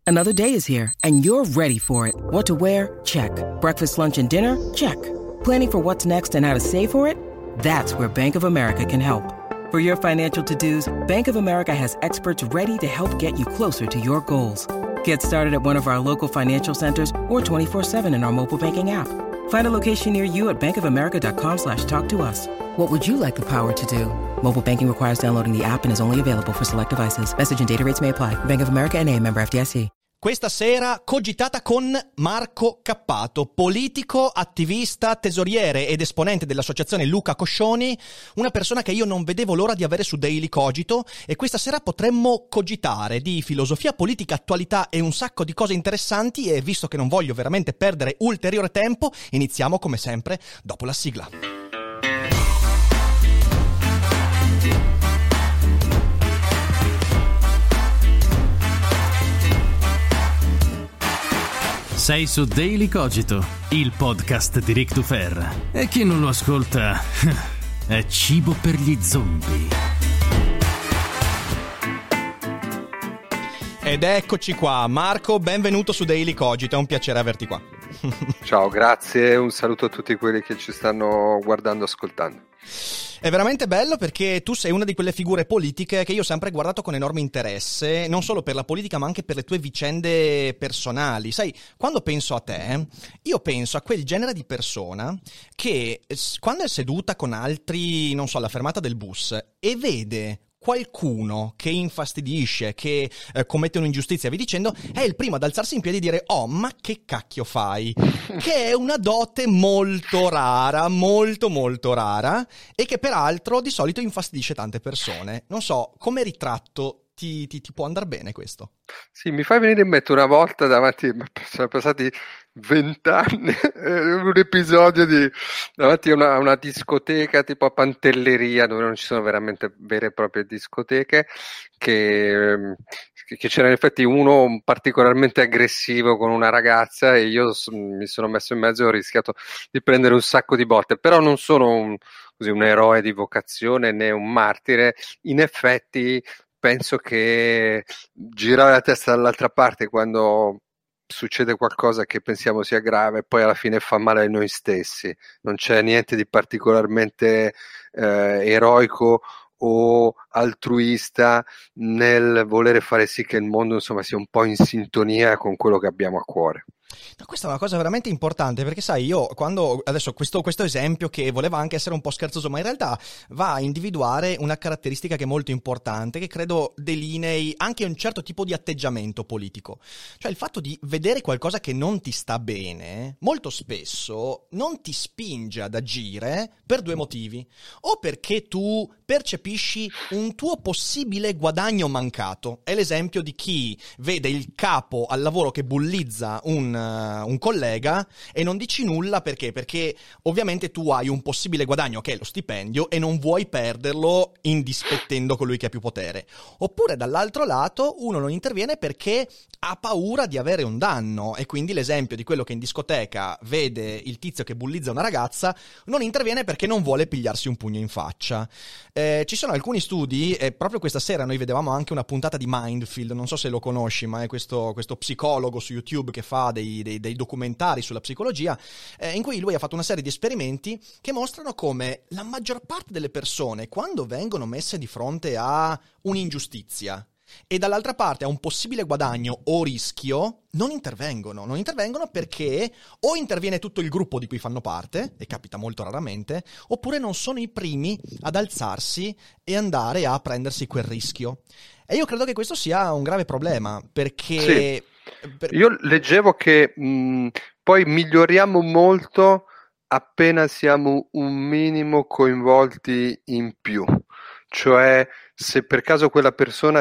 Another day is here, and you're ready for it. What to wear? Check. Breakfast, lunch, and dinner? Check. Planning for what's next and how to save for it? That's where Bank of America can help. For your financial to-dos, Bank of America has experts ready to help get you closer to your goals. Get started at one of our local financial centers or 24/7 in our mobile banking app. Find a location near you at bankofamerica.com/talktous. What would you like the power to do? Mobile banking requires downloading the app and is only available for select devices. Message and data rates may apply. Bank of America N.A., member FDIC. Questa sera cogitata con Marco Cappato, politico, attivista, tesoriere ed esponente dell'associazione Luca Coscioni, una persona che io non vedevo l'ora di avere su Daily Cogito, e questa sera potremmo cogitare di filosofia, politica, attualità e un sacco di cose interessanti, e visto che non voglio veramente perdere ulteriore tempo, iniziamo come sempre dopo la sigla. Sei su Daily Cogito, il podcast di Ric Dufer. E chi non lo ascolta è cibo per gli zombie. Ed eccoci qua, Marco, benvenuto su Daily Cogito, è un piacere averti qua. Ciao, grazie, un saluto a tutti quelli che ci stanno guardando e ascoltando. È veramente bello perché tu sei una di quelle figure politiche che io ho sempre guardato con enorme interesse, non solo per la politica ma anche per le tue vicende personali. Sai, quando penso a te, io penso a quel genere di persona che quando è seduta con altri, non so, alla fermata del bus e vede qualcuno che infastidisce, che commette un'ingiustizia, vi dicendo, è il primo ad alzarsi in piedi e dire "Oh, ma che cacchio fai?" Che è una dote molto rara, molto molto rara, e che peraltro di solito infastidisce tante persone. Non so, come ritratto ti può andare bene questo? Sì, mi fai venire in mente una volta davanti, sono passati 20 anni, un episodio davanti a una discoteca tipo a Pantelleria, dove non ci sono veramente vere e proprie discoteche, che c'era in effetti uno particolarmente aggressivo con una ragazza, e io mi sono messo in mezzo e ho rischiato di prendere un sacco di botte, però non sono un eroe di vocazione né un martire. In effetti penso che girare la testa dall'altra parte quando succede qualcosa che pensiamo sia grave, poi alla fine fa male a noi stessi. Non c'è niente di particolarmente eroico o altruista nel volere fare sì che il mondo, insomma, sia un po' in sintonia con quello che abbiamo a cuore. No, questa è una cosa veramente importante, perché sai, io quando adesso questo esempio che voleva anche essere un po' scherzoso, ma in realtà va a individuare una caratteristica che è molto importante, che credo delinei anche un certo tipo di atteggiamento politico. Cioè il fatto di vedere qualcosa che non ti sta bene molto spesso non ti spinge ad agire per due motivi: o perché tu percepisci un tuo possibile guadagno mancato. È l'esempio di chi vede il capo al lavoro che bullizza un collega e non dici nulla perché ovviamente tu hai un possibile guadagno che è lo stipendio e non vuoi perderlo indispettendo colui che ha più potere. Oppure dall'altro lato uno non interviene perché ha paura di avere un danno, e quindi l'esempio di quello che in discoteca vede il tizio che bullizza una ragazza non interviene perché non vuole pigliarsi un pugno in faccia. Ci sono alcuni studi, e proprio questa sera noi vedevamo anche una puntata di Mindfield, non so se lo conosci, ma è questo psicologo su YouTube che fa dei documentari sulla psicologia, in cui lui ha fatto una serie di esperimenti che mostrano come la maggior parte delle persone, quando vengono messe di fronte a un'ingiustizia e dall'altra parte a un possibile guadagno o rischio, non intervengono perché o interviene tutto il gruppo di cui fanno parte, e capita molto raramente, oppure non sono i primi ad alzarsi e andare a prendersi quel rischio. E io credo che questo sia un grave problema, perché sì. Io leggevo che poi miglioriamo molto appena siamo un minimo coinvolti in più, cioè se per caso quella persona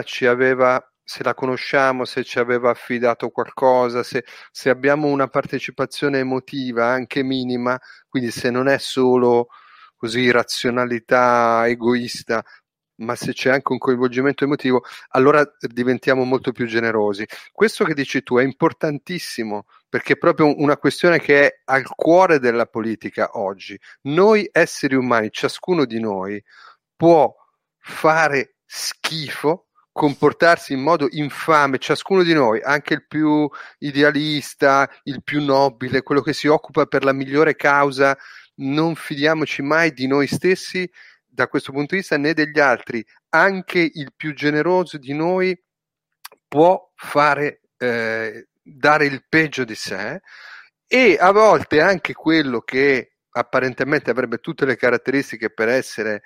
se la conosciamo, se ci aveva affidato qualcosa, se abbiamo una partecipazione emotiva anche minima, quindi se non è solo così razionalità egoista, ma se c'è anche un coinvolgimento emotivo, allora diventiamo molto più generosi. Questo che dici tu è importantissimo, perché è proprio una questione che è al cuore della politica oggi. Noi esseri umani, ciascuno di noi, può fare schifo comportarsi in modo infame, ciascuno di noi, anche il più idealista, il più nobile, quello che si occupa per la migliore causa, non fidiamoci mai di noi stessi da questo punto di vista né degli altri. Anche il più generoso di noi può fare dare il peggio di sé, e a volte anche quello che apparentemente avrebbe tutte le caratteristiche per essere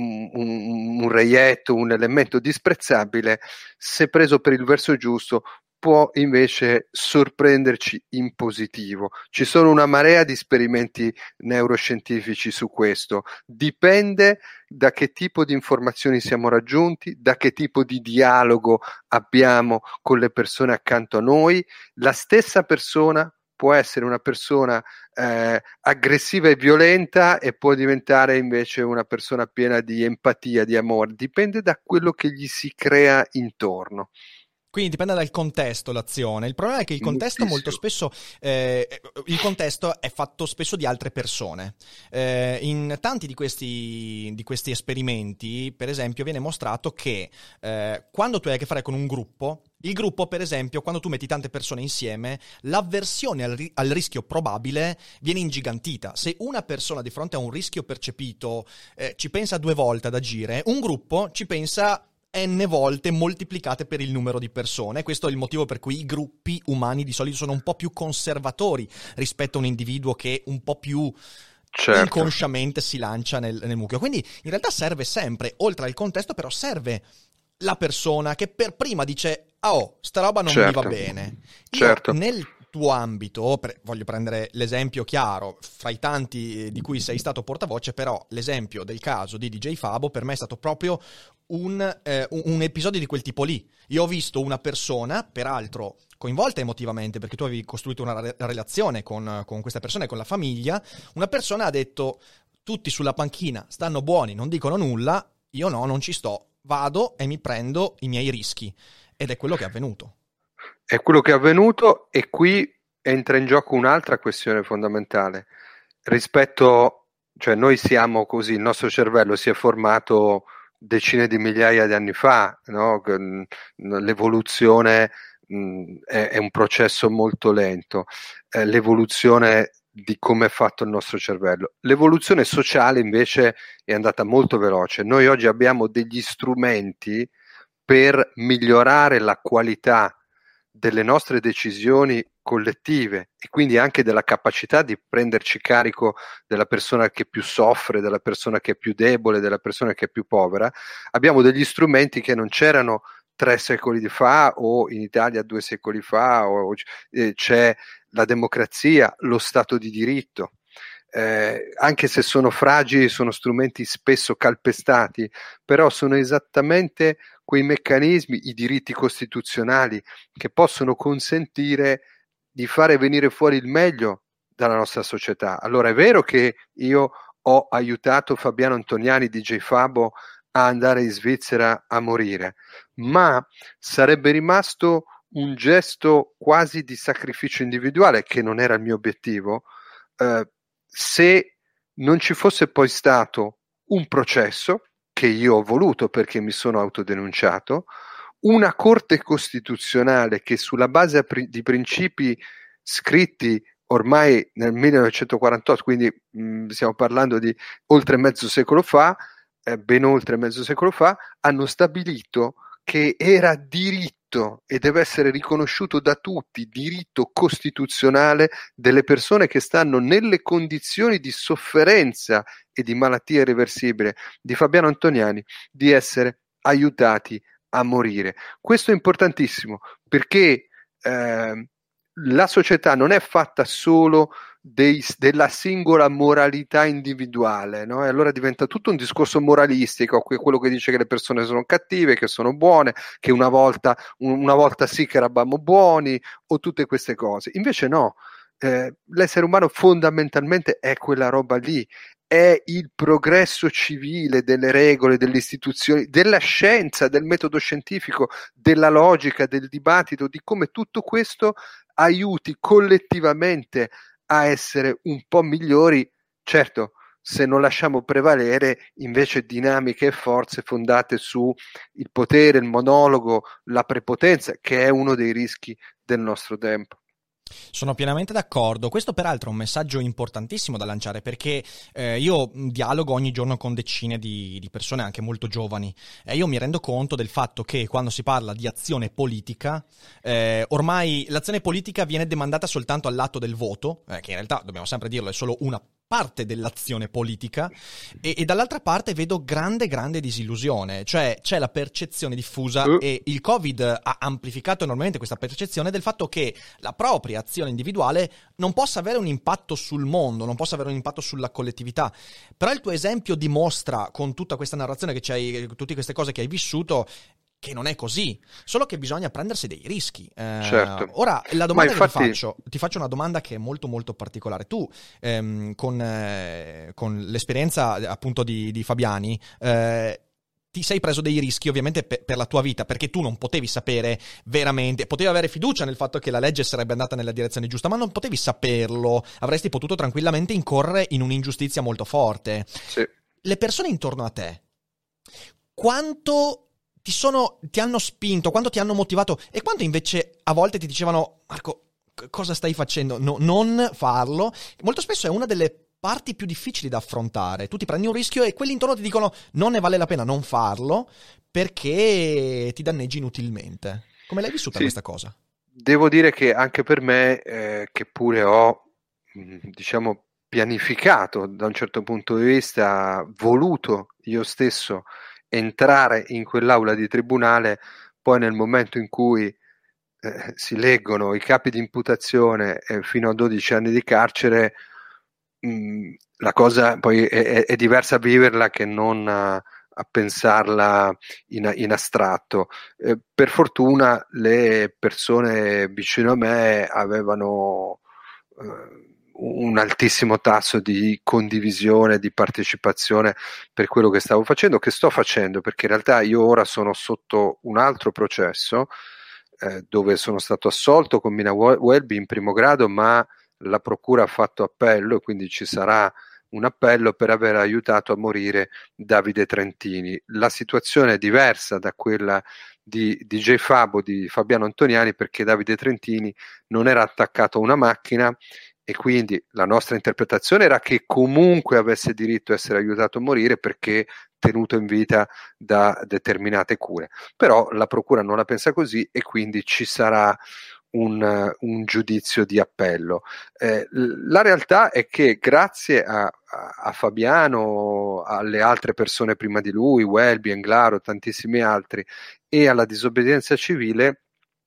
un reietto, un elemento disprezzabile, se preso per il verso giusto può invece sorprenderci in positivo. Ci sono una marea di esperimenti neuroscientifici su questo. Dipende da che tipo di informazioni siamo raggiunti, da che tipo di dialogo abbiamo con le persone accanto a noi. La stessa persona può essere una persona aggressiva e violenta e può diventare invece una persona piena di empatia, di amore. Dipende da quello che gli si crea intorno. Quindi dipende dal contesto l'azione. Il problema è che il contesto molto spesso il contesto è fatto spesso di altre persone. In tanti di questi esperimenti, per esempio, viene mostrato che quando tu hai a che fare con un gruppo, il gruppo, per esempio, quando tu metti tante persone insieme, l'avversione al rischio probabile viene ingigantita. Se una persona di fronte a un rischio percepito ci pensa 2 volte ad agire, un gruppo ci pensa n volte moltiplicate per il numero di persone. Questo è il motivo per cui i gruppi umani di solito sono un po' più conservatori rispetto a un individuo che un po' più inconsciamente si lancia nel mucchio. Quindi in realtà serve sempre, oltre al contesto, però serve la persona che per prima dice sta roba non mi va bene. Io, nel tuo ambito, voglio prendere l'esempio chiaro fra i tanti di cui sei stato portavoce, però l'esempio del caso di DJ Fabo per me è stato proprio un episodio di quel tipo lì. Io ho visto una persona, peraltro coinvolta emotivamente, perché tu avevi costruito una relazione con questa persona e con la famiglia. Una persona ha detto: tutti sulla panchina stanno buoni, non dicono nulla, io no, non ci sto, vado e mi prendo i miei rischi. Ed è quello che è avvenuto. È quello che è avvenuto, e qui entra in gioco un'altra questione fondamentale rispetto, cioè noi siamo così, il nostro cervello si è formato decine di migliaia di anni fa, no? L'evoluzione è un processo molto lento, l'evoluzione di come è fatto il nostro cervello. L'evoluzione sociale invece è andata molto veloce. Noi oggi abbiamo degli strumenti per migliorare la qualità delle nostre decisioni collettive e quindi anche della capacità di prenderci carico della persona che più soffre, della persona che è più debole, della persona che è più povera. Abbiamo degli strumenti che non c'erano 3 secoli fa o in Italia 2 secoli fa, c'è la democrazia, lo Stato di diritto. Anche se sono fragili, sono strumenti spesso calpestati, però sono esattamente quei meccanismi, i diritti costituzionali, che possono consentire di fare venire fuori il meglio dalla nostra società. Allora è vero che io ho aiutato Fabiano Antoniani, DJ Fabo, a andare in Svizzera a morire, ma sarebbe rimasto un gesto quasi di sacrificio individuale, che non era il mio obiettivo, se non ci fosse poi stato un processo che io ho voluto perché mi sono autodenunciato, una Corte Costituzionale che sulla base di principi scritti ormai nel 1948, quindi stiamo parlando di oltre mezzo secolo fa, ben oltre mezzo secolo fa, hanno stabilito che era diritto e deve essere riconosciuto da tutti, diritto costituzionale delle persone che stanno nelle condizioni di sofferenza e di malattia irreversibile di Fabiano Antoniani, di essere aiutati a morire. Questo è importantissimo perché la società non è fatta solo della singola moralità individuale, no? E allora diventa tutto un discorso moralistico, quello che dice che le persone sono cattive, che sono buone, che una volta sì che eravamo buoni, o tutte queste cose. Invece no, l'essere umano fondamentalmente è quella roba lì, è il progresso civile delle regole, delle istituzioni, della scienza, del metodo scientifico, della logica, del dibattito, di come tutto questo aiuti collettivamente a essere un po' migliori, certo, se non lasciamo prevalere invece dinamiche e forze fondate su il potere, il monologo, la prepotenza, che è uno dei rischi del nostro tempo. Sono pienamente d'accordo. Questo peraltro è un messaggio importantissimo da lanciare, perché io dialogo ogni giorno con decine di persone anche molto giovani, e io mi rendo conto del fatto che quando si parla di azione politica ormai l'azione politica viene demandata soltanto al lato del voto, che in realtà, dobbiamo sempre dirlo, è solo una parte dell'azione politica, e dall'altra parte vedo grande disillusione, cioè c'è la percezione diffusa, e il Covid ha amplificato enormemente questa percezione del fatto che la propria azione individuale non possa avere un impatto sul mondo, non possa avere un impatto sulla collettività. Però il tuo esempio dimostra, con tutta questa narrazione che c'hai, tutte queste cose che hai vissuto, che non è così, solo che bisogna prendersi dei rischi. Certo. Ora, la domanda che ti faccio una domanda che è molto particolare. Tu, con l'esperienza appunto di Fabiani, ti sei preso dei rischi ovviamente per la tua vita, perché tu non potevi sapere veramente, potevi avere fiducia nel fatto che la legge sarebbe andata nella direzione giusta, ma non potevi saperlo, avresti potuto tranquillamente incorrere in un'ingiustizia molto forte. Sì. Le persone intorno a te, quanto ti hanno spinto, quanto ti hanno motivato, e quanto invece a volte ti dicevano: Marco, cosa stai facendo? No, non farlo. Molto spesso è una delle parti più difficili da affrontare. Tu ti prendi un rischio e quelli intorno ti dicono: non ne vale la pena, non farlo, perché ti danneggi inutilmente. Come l'hai vissuta questa cosa? Devo dire che anche per me, che pure ho, diciamo, pianificato da un certo punto di vista, voluto io stesso entrare in quell'aula di tribunale, poi nel momento in cui si leggono i capi di imputazione fino a 12 anni di carcere, la cosa poi è diversa a viverla che non a pensarla in astratto. Per fortuna le persone vicino a me avevano un altissimo tasso di condivisione, di partecipazione per quello che stavo facendo, che sto facendo, perché in realtà io ora sono sotto un altro processo dove sono stato assolto con Mina Welby in primo grado, ma la procura ha fatto appello e quindi ci sarà un appello per aver aiutato a morire Davide Trentini. La situazione è diversa da quella di DJ Fabo, di Fabiano Antoniani, perché Davide Trentini non era attaccato a una macchina, e quindi la nostra interpretazione era che comunque avesse diritto a essere aiutato a morire perché tenuto in vita da determinate cure. Però la procura non la pensa così e quindi ci sarà un giudizio di appello. La realtà è che grazie a Fabiano, alle altre persone prima di lui, Welby, Englaro, tantissimi altri, e alla disobbedienza civile,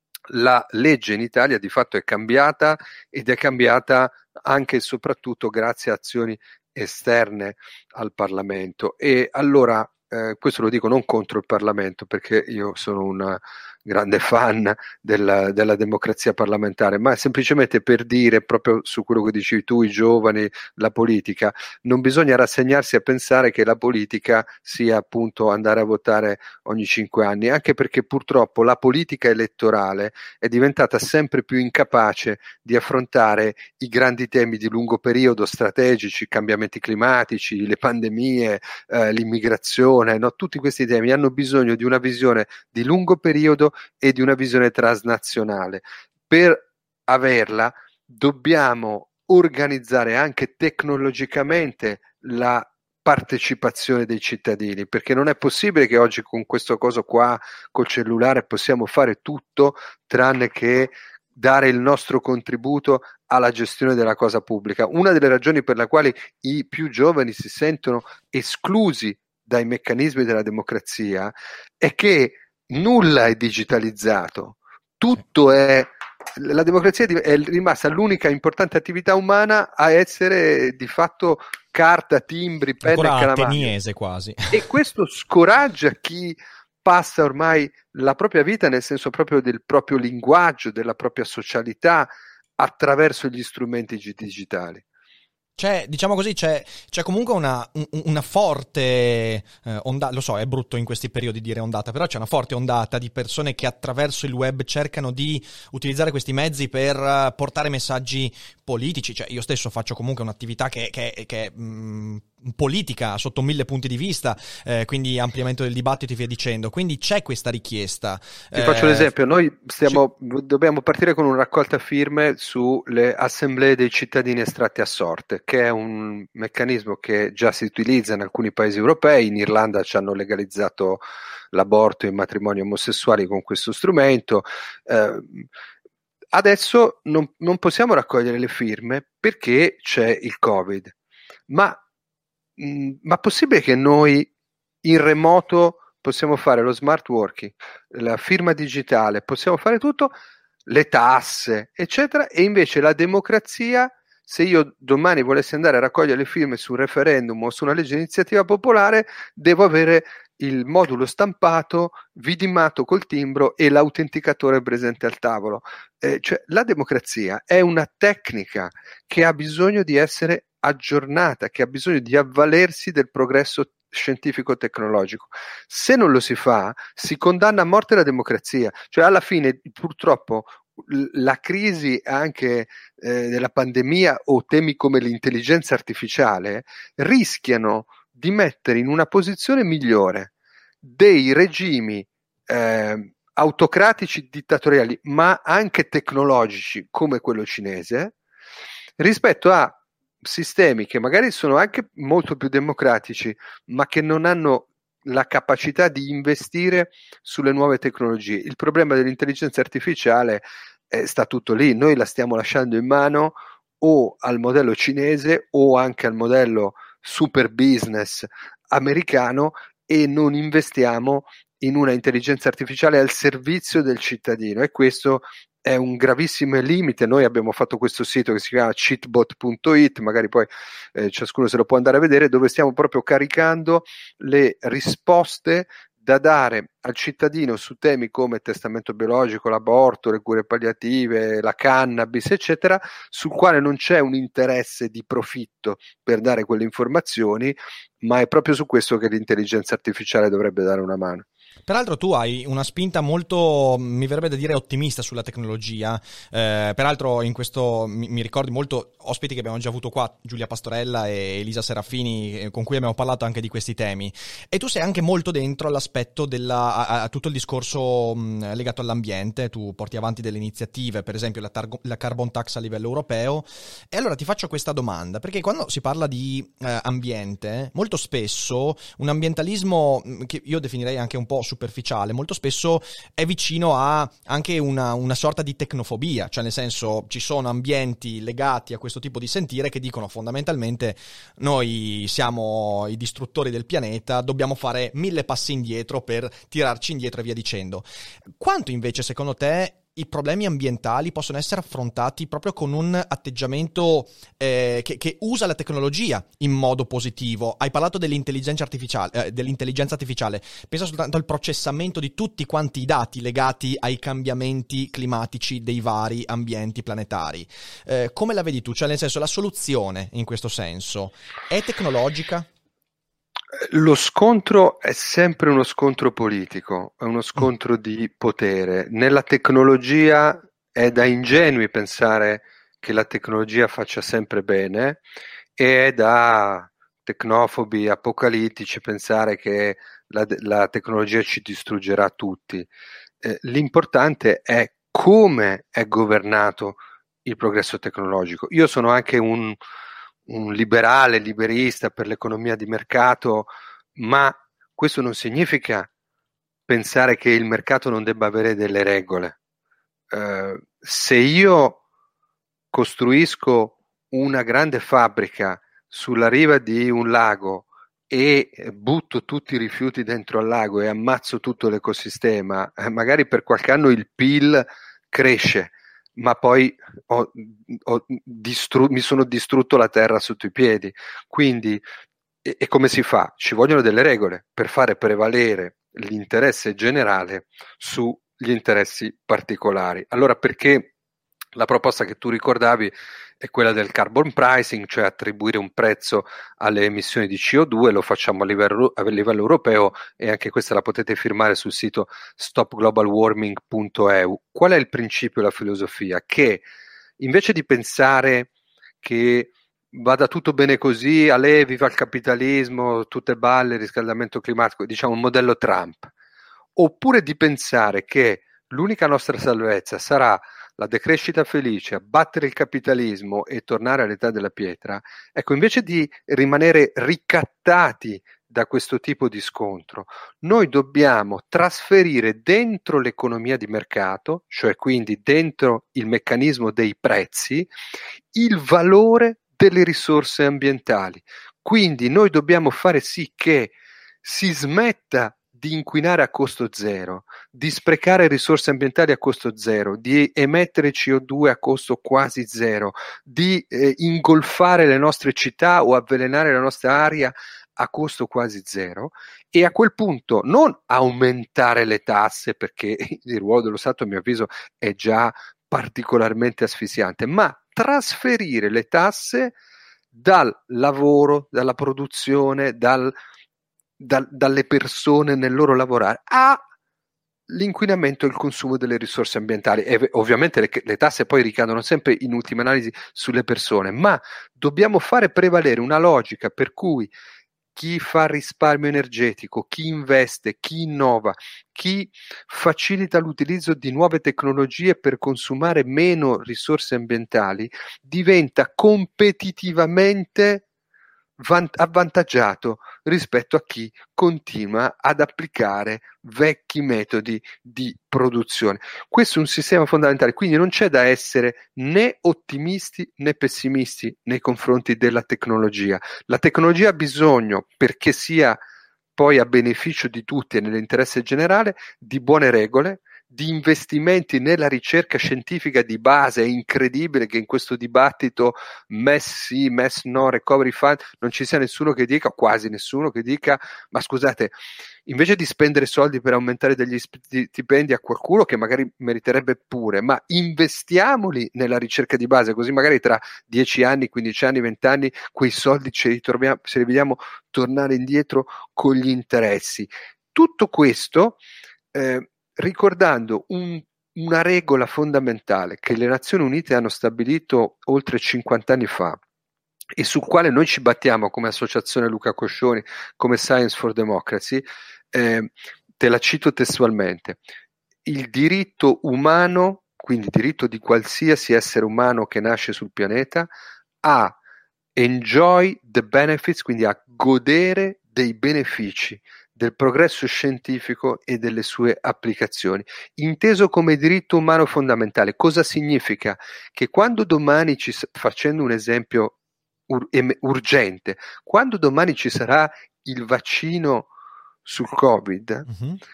la legge in Italia di fatto è cambiata, ed è cambiata anche e soprattutto grazie a azioni esterne al Parlamento. E allora questo lo dico non contro il Parlamento, perché io sono un grande fan della democrazia parlamentare, ma semplicemente per dire, proprio su quello che dicevi tu, i giovani, la politica, non bisogna rassegnarsi a pensare che la politica sia appunto andare a votare ogni 5 anni, anche perché purtroppo la politica elettorale è diventata sempre più incapace di affrontare i grandi temi di lungo periodo strategici, i cambiamenti climatici, le pandemie, l'immigrazione, no? Tutti questi temi hanno bisogno di una visione di lungo periodo e di una visione transnazionale. Per averla dobbiamo organizzare anche tecnologicamente la partecipazione dei cittadini, perché non è possibile che oggi con questo coso qua, col cellulare, possiamo fare tutto tranne che dare il nostro contributo alla gestione della cosa pubblica. Una delle ragioni per la quali i più giovani si sentono esclusi dai meccanismi della democrazia è che nulla è digitalizzato, tutto è, la democrazia è rimasta l'unica importante attività umana a essere di fatto carta, timbri, penna e calamari. Ateniese quasi. E questo scoraggia chi passa ormai la propria vita, nel senso proprio del proprio linguaggio, della propria socialità, attraverso gli strumenti digitali. C'è, diciamo così, c'è comunque una forte ondata, lo so, è brutto in questi periodi dire ondata, però c'è una forte ondata di persone che attraverso il web cercano di utilizzare questi mezzi per portare messaggi politici. Cioè, io stesso faccio comunque un'attività che politica sotto 1000 punti di vista, quindi ampliamento del dibattito e via dicendo, quindi c'è questa richiesta. Ti faccio l'esempio, noi dobbiamo partire con una raccolta firme sulle assemblee dei cittadini estratti a sorte, che è un meccanismo che già si utilizza in alcuni paesi europei. In Irlanda ci hanno legalizzato l'aborto e i matrimoni omosessuali con questo strumento. Adesso non possiamo raccogliere le firme perché c'è il Covid, ma possibile che noi in remoto possiamo fare lo smart working, la firma digitale, possiamo fare tutto, le tasse, eccetera, e invece la democrazia, se io domani volessi andare a raccogliere le firme su un referendum o su una legge di iniziativa popolare, devo avere il modulo stampato, vidimato col timbro e l'autenticatore presente al tavolo. Cioè, la democrazia è una tecnica che ha bisogno di essere aggiornata, che ha bisogno di avvalersi del progresso scientifico-tecnologico. Se non lo si fa, si condanna a morte la democrazia. Cioè, alla fine, purtroppo, la crisi anche della pandemia o temi come l'intelligenza artificiale rischiano di mettere in una posizione migliore dei regimi autocratici dittatoriali, ma anche tecnologici come quello cinese, rispetto a sistemi che magari sono anche molto più democratici, ma che non hanno la capacità di investire sulle nuove tecnologie. Il problema dell'intelligenza artificiale sta tutto lì, noi la stiamo lasciando in mano o al modello cinese o anche al modello super business americano e non investiamo in una intelligenza artificiale al servizio del cittadino, e questo è un gravissimo limite. Noi abbiamo fatto questo sito che si chiama cheatbot.it, magari poi ciascuno se lo può andare a vedere, dove stiamo proprio caricando le risposte da dare al cittadino su temi come il testamento biologico, l'aborto, le cure palliative, la cannabis, eccetera, sul quale non c'è un interesse di profitto per dare quelle informazioni, ma è proprio su questo che l'intelligenza artificiale dovrebbe dare una mano. Peraltro tu hai una spinta molto, mi verrebbe da dire, ottimista sulla tecnologia. Peraltro in questo mi ricordi molto ospiti che abbiamo già avuto qua, Giulia Pastorella e Elisa Serafini, con cui abbiamo parlato anche di questi temi. E tu sei anche molto dentro all'aspetto a tutto il discorso legato all'ambiente. Tu porti avanti delle iniziative, per esempio la carbon tax a livello europeo. E allora ti faccio questa domanda, perché quando si parla di ambiente, molto spesso un ambientalismo che io definirei anche un po' superficiale, molto spesso è vicino a anche una sorta di tecnofobia, cioè nel senso ci sono ambienti legati a questo tipo di sentire che dicono fondamentalmente noi siamo i distruttori del pianeta, dobbiamo fare 1000 passi indietro per tirarci indietro e via dicendo. Quanto invece secondo te i problemi ambientali possono essere affrontati proprio con un atteggiamento che usa la tecnologia in modo positivo? Hai parlato dell'intelligenza artificiale, pensa soltanto al processamento di tutti quanti i dati legati ai cambiamenti climatici dei vari ambienti planetari. Come la vedi tu? Cioè nel senso, la soluzione in questo senso è tecnologica? Lo scontro è sempre uno scontro politico, è uno scontro di potere. Nella tecnologia è da ingenui pensare che la tecnologia faccia sempre bene, e è da tecnofobi apocalittici pensare che la tecnologia ci distruggerà tutti. L'importante è come è governato il progresso tecnologico. Io sono anche un liberista per l'economia di mercato, ma questo non significa pensare che il mercato non debba avere delle regole. Se io costruisco una grande fabbrica sulla riva di un lago e butto tutti i rifiuti dentro al lago e ammazzo tutto l'ecosistema, magari per qualche anno il PIL cresce, ma poi mi sono distrutto la terra sotto i piedi. Quindi, e come si fa? Ci vogliono delle regole per fare prevalere l'interesse generale sugli interessi particolari. Allora, perché la proposta che tu ricordavi è quella del carbon pricing, cioè attribuire un prezzo alle emissioni di CO2, lo facciamo a livello europeo, e anche questa la potete firmare sul sito stopglobalwarming.eu. Qual è il principio e la filosofia? Che invece di pensare che vada tutto bene così, ale, viva il capitalismo, tutte balle, riscaldamento climatico, diciamo un modello Trump, oppure di pensare che l'unica nostra salvezza sarà la decrescita felice, abbattere il capitalismo e tornare all'età della pietra, ecco, invece di rimanere ricattati da questo tipo di scontro, noi dobbiamo trasferire dentro l'economia di mercato, cioè quindi dentro il meccanismo dei prezzi, il valore delle risorse ambientali. Quindi noi dobbiamo fare sì che si smetta di inquinare a costo zero, di sprecare risorse ambientali a costo zero, di emettere CO2 a costo quasi zero, di ingolfare le nostre città o avvelenare la nostra aria a costo quasi zero, e a quel punto non aumentare le tasse, perché il ruolo dello Stato a mio avviso è già particolarmente asfissiante, ma trasferire le tasse dal lavoro, dalla produzione, dalle persone nel loro lavorare all'inquinamento e il consumo delle risorse ambientali. E ovviamente le tasse poi ricadono sempre in ultima analisi sulle persone, ma dobbiamo fare prevalere una logica per cui chi fa risparmio energetico, chi investe, chi innova, chi facilita l'utilizzo di nuove tecnologie per consumare meno risorse ambientali, diventa competitivamente avvantaggiato rispetto a chi continua ad applicare vecchi metodi di produzione. Questo è un sistema fondamentale, quindi non c'è da essere né ottimisti né pessimisti nei confronti della tecnologia. La tecnologia ha bisogno, perché sia poi a beneficio di tutti e nell'interesse generale, di buone regole, di investimenti nella ricerca scientifica di base. È incredibile che in questo dibattito MES sì, MES no, Recovery Fund, non ci sia nessuno che dica, quasi nessuno che dica, ma scusate, invece di spendere soldi per aumentare degli stipendi a qualcuno che magari meriterebbe pure, ma investiamoli nella ricerca di base, così magari tra 10 anni, 15 anni, 20 anni quei soldi ce li vediamo tornare indietro con gli interessi. Tutto questo ricordando una regola fondamentale che le Nazioni Unite hanno stabilito oltre 50 anni fa e sul quale noi ci battiamo come associazione Luca Coscioni, come Science for Democracy. Te la cito testualmente: il diritto umano, quindi il diritto di qualsiasi essere umano che nasce sul pianeta, a enjoy the benefits, quindi a godere dei benefici del progresso scientifico e delle sue applicazioni, inteso come diritto umano fondamentale. Cosa significa? Che quando domani facendo un esempio urgente, quando domani ci sarà il vaccino sul Covid,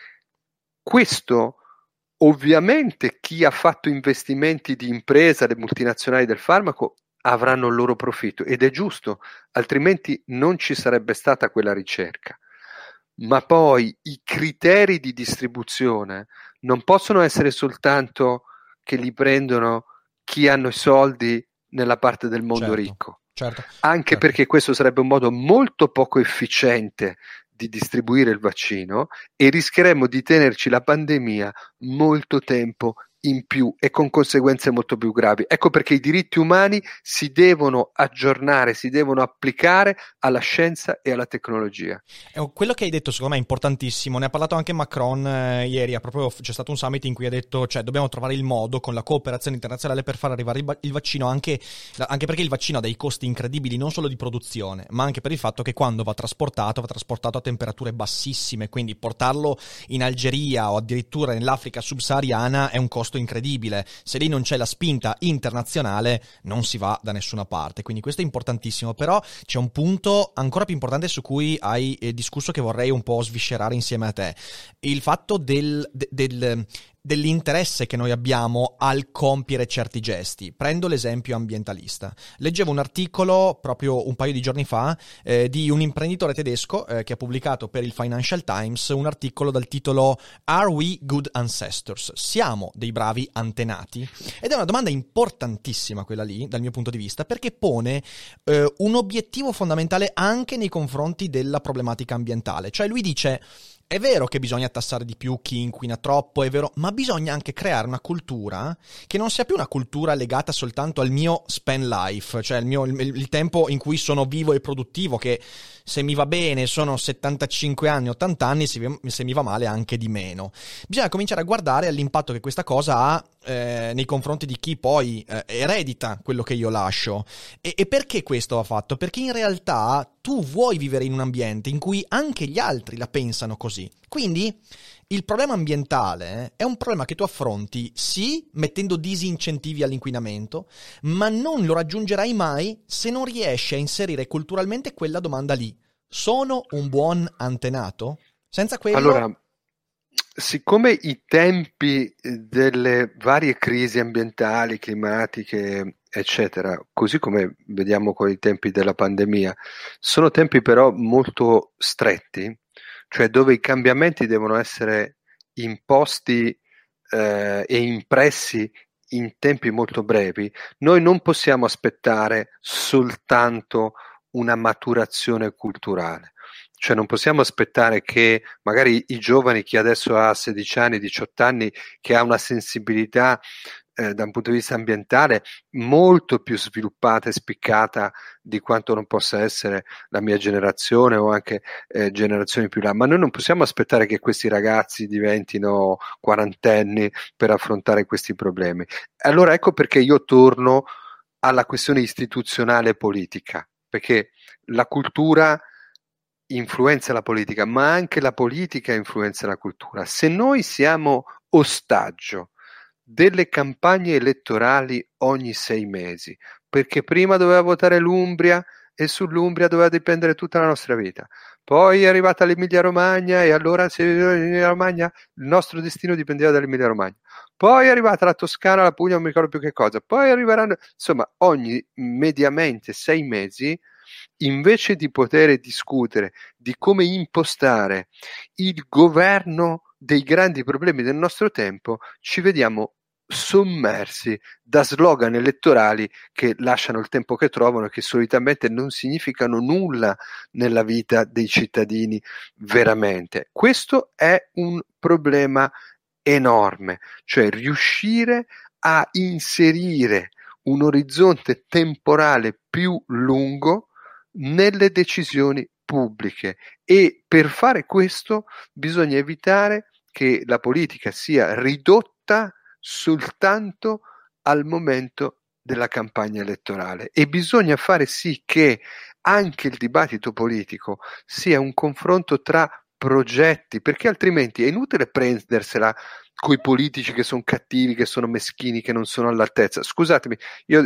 questo ovviamente chi ha fatto investimenti di impresa, le multinazionali del farmaco, avranno il loro profitto, ed è giusto, altrimenti non ci sarebbe stata quella ricerca. Ma poi i criteri di distribuzione non possono essere soltanto che li prendono chi hanno i soldi nella parte del mondo ricco. Anche perché questo sarebbe un modo molto poco efficiente di distribuire il vaccino e rischieremmo di tenerci la pandemia molto tempo in più e con conseguenze molto più gravi. Ecco perché i diritti umani si devono aggiornare, si devono applicare alla scienza e alla tecnologia. Quello che hai detto secondo me è importantissimo, ne ha parlato anche Macron ieri, c'è stato un summit in cui ha detto, cioè dobbiamo trovare il modo con la cooperazione internazionale per far arrivare il vaccino, anche perché il vaccino ha dei costi incredibili non solo di produzione, ma anche per il fatto che quando va trasportato a temperature bassissime, quindi portarlo in Algeria o addirittura nell'Africa subsahariana è un costo incredibile. Se lì non c'è la spinta internazionale non si va da nessuna parte, quindi questo è importantissimo. Però c'è un punto ancora più importante su cui hai discusso che vorrei un po' sviscerare insieme a te: il fatto dell'interesse che noi abbiamo al compiere certi gesti. Prendo l'esempio ambientalista. Leggevo un articolo proprio un paio di giorni fa di un imprenditore tedesco che ha pubblicato per il Financial Times un articolo dal titolo Are we good ancestors? Siamo dei bravi antenati? Ed è una domanda importantissima quella lì dal mio punto di vista, perché pone un obiettivo fondamentale anche nei confronti della problematica ambientale. Cioè lui dice: È vero che bisogna tassare di più chi inquina troppo, è vero, ma bisogna anche creare una cultura che non sia più una cultura legata soltanto al mio spend life, cioè il tempo in cui sono vivo e produttivo, che se mi va bene sono 75 anni, 80 anni, se mi va male anche di meno. Bisogna cominciare a guardare all'impatto che questa cosa ha nei confronti di chi poi eredita quello che io lascio. E perché questo va fatto? Perché in realtà tu vuoi vivere in un ambiente in cui anche gli altri la pensano così. Quindi il problema ambientale è un problema che tu affronti, sì, mettendo disincentivi all'inquinamento, ma non lo raggiungerai mai se non riesci a inserire culturalmente quella domanda lì. Sono un buon antenato? Senza quello... Allora, siccome i tempi delle varie crisi ambientali, climatiche, eccetera, così come vediamo con i tempi della pandemia, sono tempi però molto stretti, cioè dove i cambiamenti devono essere imposti e impressi in tempi molto brevi, noi non possiamo aspettare soltanto una maturazione culturale. Cioè non possiamo aspettare che magari i giovani, chi adesso ha 16 anni, 18 anni, che ha una sensibilità da un punto di vista ambientale molto più sviluppata e spiccata di quanto non possa essere la mia generazione o anche generazioni più là, ma noi non possiamo aspettare che questi ragazzi diventino quarantenni per affrontare questi problemi. Allora ecco perché io torno alla questione istituzionale politica, perché la cultura influenza la politica, ma anche la politica influenza la cultura. Se noi siamo ostaggio delle campagne elettorali ogni 6 mesi, perché prima doveva votare l'Umbria e sull'Umbria doveva dipendere tutta la nostra vita, poi è arrivata l'Emilia Romagna e allora se l'Emilia Romagna il nostro destino dipendeva dall'Emilia Romagna, poi è arrivata la Toscana, la Puglia, non mi ricordo più che cosa, poi arriveranno, insomma, ogni mediamente 6 mesi, invece di poter discutere di come impostare il governo dei grandi problemi del nostro tempo, ci vediamo sommersi da slogan elettorali che lasciano il tempo che trovano e che solitamente non significano nulla nella vita dei cittadini veramente. Questo è un problema enorme, cioè riuscire a inserire un orizzonte temporale più lungo nelle decisioni pubbliche, e per fare questo bisogna evitare che la politica sia ridotta soltanto al momento della campagna elettorale, e bisogna fare sì che anche il dibattito politico sia un confronto tra progetti, perché altrimenti è inutile prendersela coi politici che sono cattivi, che sono meschini, che non sono all'altezza. Scusatemi, io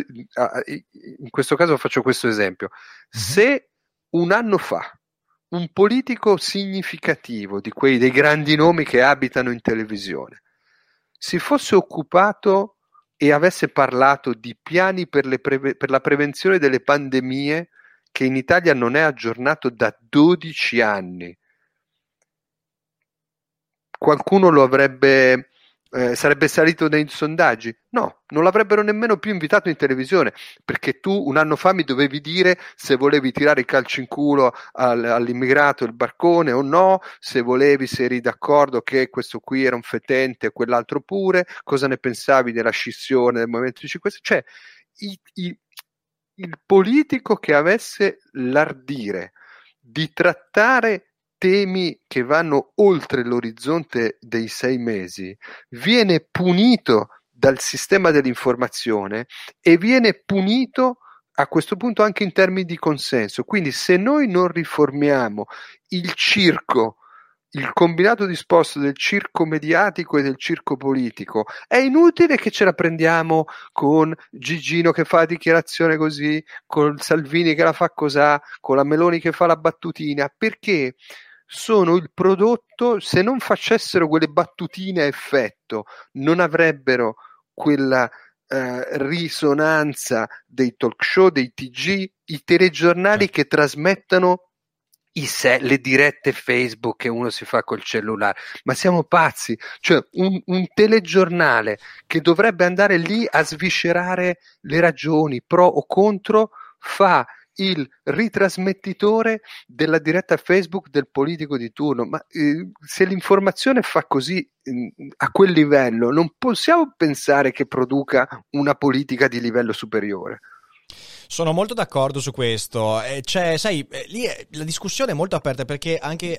in questo caso faccio questo esempio. Se un anno fa un politico significativo di quei dei grandi nomi che abitano in televisione si fosse occupato e avesse parlato di piani per la prevenzione delle pandemie, che in Italia non è aggiornato da 12 anni, qualcuno lo avrebbe sarebbe salito nei sondaggi? No, non l'avrebbero nemmeno più invitato in televisione, perché tu un anno fa mi dovevi dire se volevi tirare il calcio in culo all'immigrato il barcone o no, se eri d'accordo che questo qui era un fetente e quell'altro pure, cosa ne pensavi della scissione del Movimento 5 Stelle. Cioè il politico che avesse l'ardire di trattare temi che vanno oltre l'orizzonte dei 6 mesi viene punito dal sistema dell'informazione e viene punito a questo punto anche in termini di consenso. Quindi se noi non riformiamo il circo, il combinato disposto del circo mediatico e del circo politico, è inutile che ce la prendiamo con Gigino che fa la dichiarazione così, con Salvini che la fa cosà, con la Meloni che fa la battutina, perché sono il prodotto, se non facessero quelle battutine a effetto, non avrebbero quella risonanza dei talk show, dei TG, i telegiornali che trasmettono le dirette Facebook che uno si fa col cellulare. Ma siamo pazzi, cioè un telegiornale che dovrebbe andare lì a sviscerare le ragioni pro o contro fa il ritrasmettitore della diretta Facebook del politico di turno. Ma se l'informazione fa così a quel livello, non possiamo pensare che produca una politica di livello superiore. Sono molto d'accordo su questo. Cioè, sai, lì la discussione è molto aperta, perché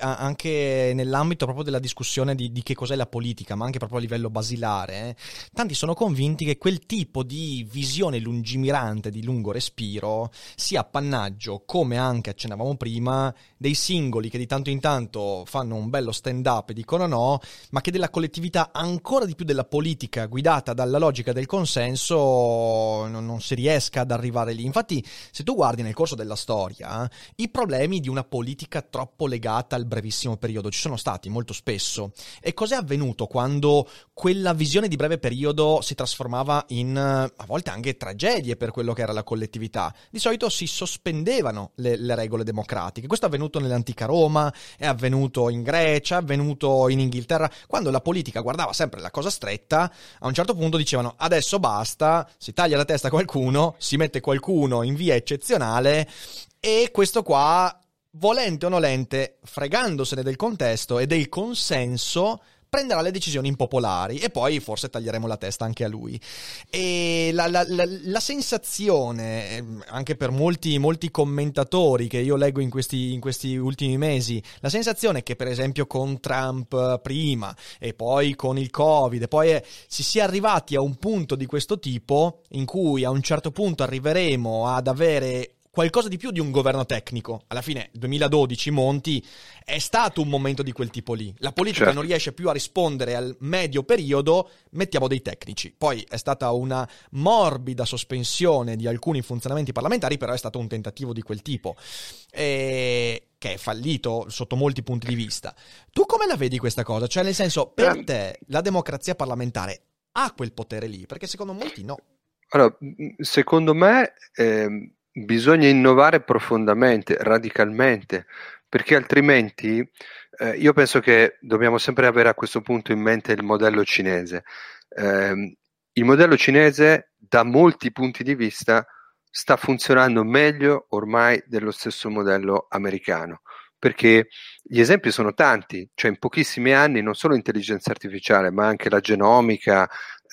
anche nell'ambito proprio della discussione di che cos'è la politica, ma anche proprio a livello basilare, tanti sono convinti che quel tipo di visione lungimirante, di lungo respiro, sia appannaggio, come anche accennavamo prima, dei singoli che di tanto in tanto fanno un bello stand-up e dicono no, ma che della collettività, ancora di più della politica guidata dalla logica del consenso, non si riesca ad arrivare lì. Infatti, se tu guardi nel corso della storia, i problemi di una politica troppo legata al brevissimo periodo ci sono stati molto spesso. E cos'è avvenuto quando quella visione di breve periodo si trasformava in, a volte, anche tragedie per quello che era la collettività? Di solito si sospendevano le regole democratiche. Questo è avvenuto nell'antica Roma, è avvenuto in Grecia, è avvenuto in Inghilterra. Quando la politica guardava sempre la cosa stretta, a un certo punto dicevano adesso basta, si taglia la testa a qualcuno, si mette qualcuno in via eccezionale, e questo qua, volente o nolente, fregandosene del contesto e del consenso, prenderà le decisioni impopolari, e poi forse taglieremo la testa anche a lui. E la sensazione, anche per molti commentatori che io leggo in questi ultimi mesi, la sensazione che per esempio con Trump prima e poi con il Covid, e poi si sia arrivati a un punto di questo tipo, in cui a un certo punto arriveremo ad avere qualcosa di più di un governo tecnico. Alla fine, 2012, Monti, è stato un momento di quel tipo lì. La politica non riesce più a rispondere al medio periodo, mettiamo dei tecnici. Poi è stata una morbida sospensione di alcuni funzionamenti parlamentari, però è stato un tentativo di quel tipo, che è fallito sotto molti punti di vista. Tu come la vedi questa cosa? Cioè, nel senso, per te la democrazia parlamentare ha quel potere lì? Perché secondo molti no. Allora, secondo me bisogna innovare profondamente, radicalmente, perché altrimenti io penso che dobbiamo sempre avere a questo punto in mente il modello cinese. Il modello cinese, da molti punti di vista, sta funzionando meglio ormai dello stesso modello americano, perché gli esempi sono tanti, cioè in pochissimi anni non solo l'intelligenza artificiale, ma anche la genomica,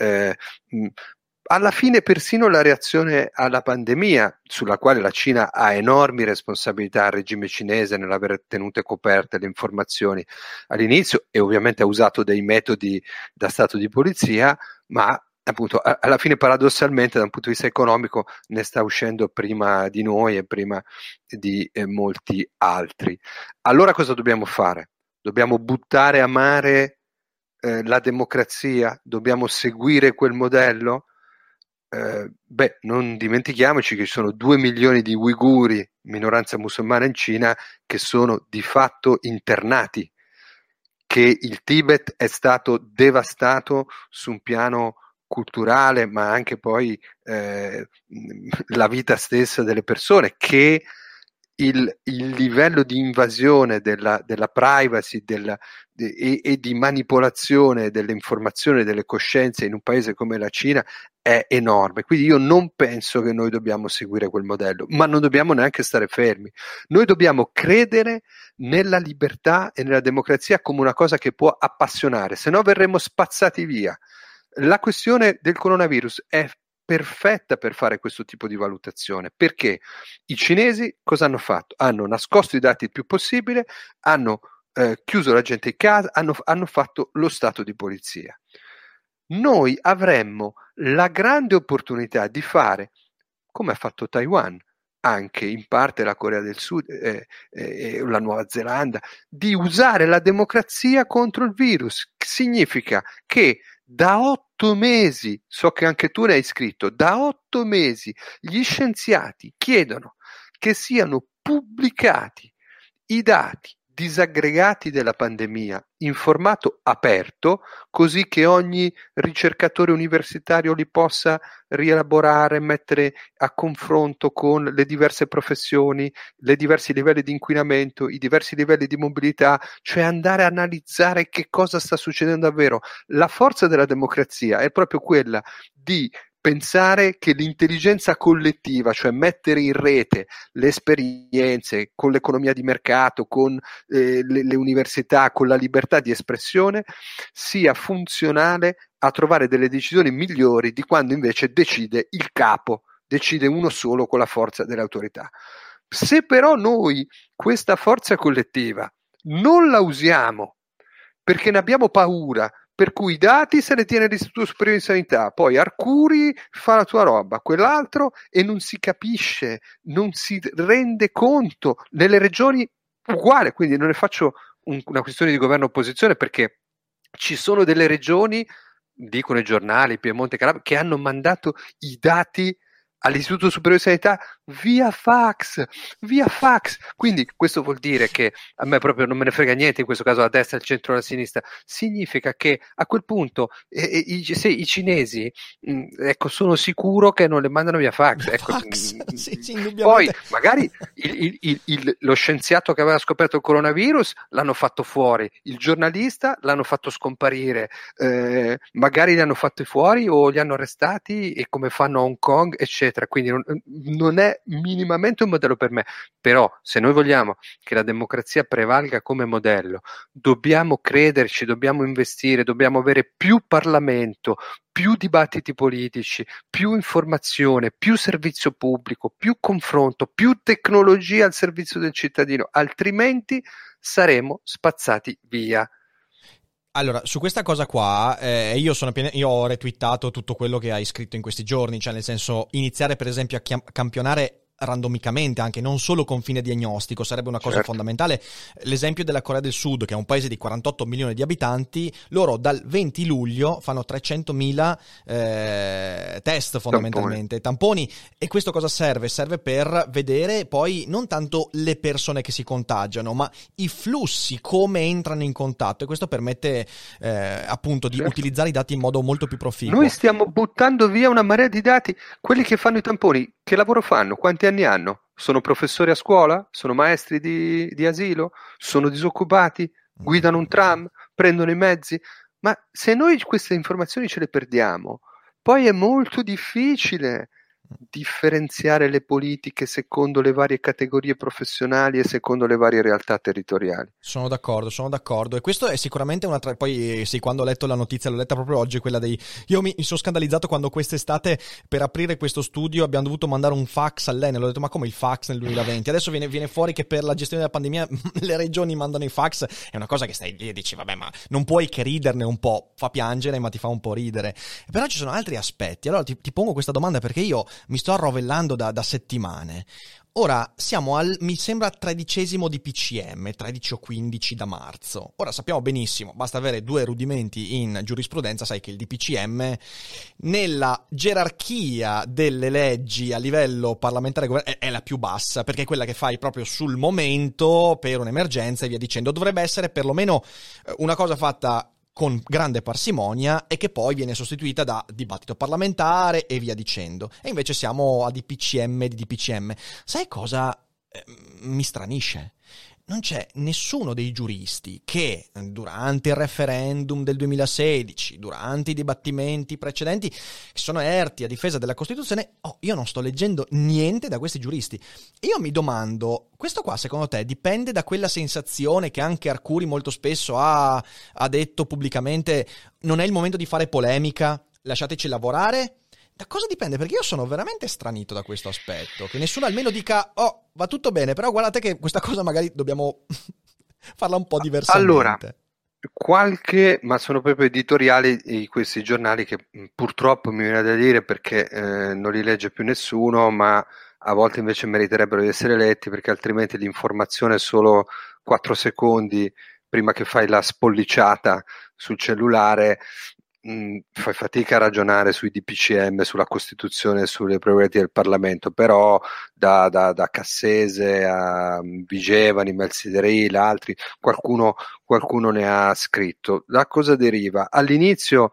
alla fine persino la reazione alla pandemia, sulla quale la Cina ha enormi responsabilità, il regime cinese, nell'aver tenute coperte le informazioni all'inizio, e ovviamente ha usato dei metodi da stato di polizia, ma appunto alla fine paradossalmente da un punto di vista economico ne sta uscendo prima di noi e prima di molti altri. Allora cosa dobbiamo fare? Dobbiamo buttare a mare la democrazia? Dobbiamo seguire quel modello? Non dimentichiamoci che ci sono 2 milioni di uiguri, minoranza musulmana in Cina, che sono di fatto internati, che il Tibet è stato devastato su un piano culturale, ma anche poi la vita stessa delle persone, che il livello di invasione della privacy e di manipolazione delle informazioni e delle coscienze in un paese come la Cina è enorme. Quindi io non penso che noi dobbiamo seguire quel modello, ma non dobbiamo neanche stare fermi. Noi dobbiamo credere nella libertà e nella democrazia come una cosa che può appassionare, se no verremo spazzati via. La questione del coronavirus è perfetta per fare questo tipo di valutazione, perché i cinesi cosa hanno fatto? Hanno nascosto i dati il più possibile, hanno chiuso la gente in casa, hanno fatto lo stato di polizia. Noi avremmo la grande opportunità di fare, come ha fatto Taiwan, anche in parte la Corea del Sud e la Nuova Zelanda, di usare la democrazia contro il virus. Significa che da 8 mesi, so che anche tu ne hai scritto, da 8 mesi gli scienziati chiedono che siano pubblicati i dati disaggregati della pandemia in formato aperto, così che ogni ricercatore universitario li possa rielaborare, mettere a confronto con le diverse professioni, i diversi livelli di inquinamento, i diversi livelli di mobilità, cioè andare a analizzare che cosa sta succedendo davvero. La forza della democrazia è proprio quella di pensare che l'intelligenza collettiva, cioè mettere in rete le esperienze con l'economia di mercato, con le università, con la libertà di espressione, sia funzionale a trovare delle decisioni migliori di quando invece decide il capo, decide uno solo con la forza delle autorità. Se però noi questa forza collettiva non la usiamo perché ne abbiamo paura, per cui i dati se ne tiene l'Istituto Superiore di Sanità, poi Arcuri fa la tua roba, quell'altro, e non si capisce, non si rende conto, nelle regioni uguale, quindi non ne faccio una questione di governo-opposizione, perché ci sono delle regioni, dicono i giornali, Piemonte, Calabria, che hanno mandato i dati all'Istituto Superiore di Sanità via fax, quindi questo vuol dire che a me proprio non me ne frega niente in questo caso la destra, il centro o la sinistra, significa che a quel punto i cinesi ecco, sono sicuro che non le mandano via fax, ecco. Sì, poi magari lo scienziato che aveva scoperto il coronavirus l'hanno fatto fuori, il giornalista l'hanno fatto scomparire, magari li hanno fatti fuori o li hanno arrestati, e come fanno a Hong Kong, eccetera. Quindi non è minimamente un modello per me, però se noi vogliamo che la democrazia prevalga come modello, dobbiamo crederci, dobbiamo investire, dobbiamo avere più Parlamento, più dibattiti politici, più informazione, più servizio pubblico, più confronto, più tecnologia al servizio del cittadino, altrimenti saremo spazzati via. Allora, su questa cosa qua, io ho retweetato tutto quello che hai scritto in questi giorni, cioè nel senso, iniziare per esempio a campionare randomicamente, anche non solo con fine diagnostico, sarebbe una cosa fondamentale. L'esempio della Corea del Sud, che è un paese di 48 milioni di abitanti, loro dal 20 luglio fanno 300.000 test fondamentalmente, tamponi, e questo cosa serve? Serve per vedere poi non tanto le persone che si contagiano, ma i flussi, come entrano in contatto, e questo permette appunto di utilizzare i dati in modo molto più proficuo. Noi stiamo buttando via una marea di dati. Quelli che fanno i tamponi, che lavoro fanno? Quanti anni hanno? Sono professori a scuola? Sono maestri di asilo? Sono disoccupati? Guidano un tram? Prendono i mezzi? Ma se noi queste informazioni ce le perdiamo, poi è molto difficile differenziare le politiche secondo le varie categorie professionali e secondo le varie realtà territoriali. Sono d'accordo, e questo è sicuramente poi sì, quando ho letto la notizia, l'ho letta proprio oggi, quella io mi sono scandalizzato quando quest'estate per aprire questo studio abbiamo dovuto mandare un fax all'Enel, ho detto ma come il fax nel 2020? Adesso viene fuori che per la gestione della pandemia le regioni mandano i fax, è una cosa che stai lì e dici vabbè, ma non puoi che riderne un po', fa piangere ma ti fa un po' ridere, però ci sono altri aspetti. Allora ti pongo questa domanda perché io mi sto arrovellando da settimane. Ora siamo mi sembra 13° di PCM, 13 o 15 da marzo. Ora sappiamo benissimo, basta avere 2 rudimenti in giurisprudenza, sai che il DPCM nella gerarchia delle leggi a livello parlamentare è la più bassa, perché è quella che fai proprio sul momento per un'emergenza e via dicendo. Dovrebbe essere perlomeno una cosa fatta con grande parsimonia e che poi viene sostituita da dibattito parlamentare e via dicendo. E invece siamo a DPCM di DPCM. Sai cosa mi stranisce? Non c'è nessuno dei giuristi che durante il referendum del 2016, durante i dibattimenti precedenti, che sono erti a difesa della Costituzione, io non sto leggendo niente da questi giuristi. E io mi domando, questo qua secondo te dipende da quella sensazione che anche Arcuri molto spesso ha detto pubblicamente, non è il momento di fare polemica, lasciateci lavorare? Da cosa dipende? Perché io sono veramente stranito da questo aspetto, che nessuno almeno dica va tutto bene, però guardate che questa cosa magari dobbiamo farla un po' diversamente. Allora, ma sono proprio editoriali di questi giornali che purtroppo mi viene da dire perché non li legge più nessuno, ma a volte invece meriterebbero di essere letti, perché altrimenti l'informazione è solo 4 secondi prima che fai la spolliciata sul cellulare. Fai fatica a ragionare sui DPCM, sulla Costituzione, sulle prerogative del Parlamento, però da Cassese a Vigevani, Melsideril, altri, qualcuno ne ha scritto. Da cosa deriva? All'inizio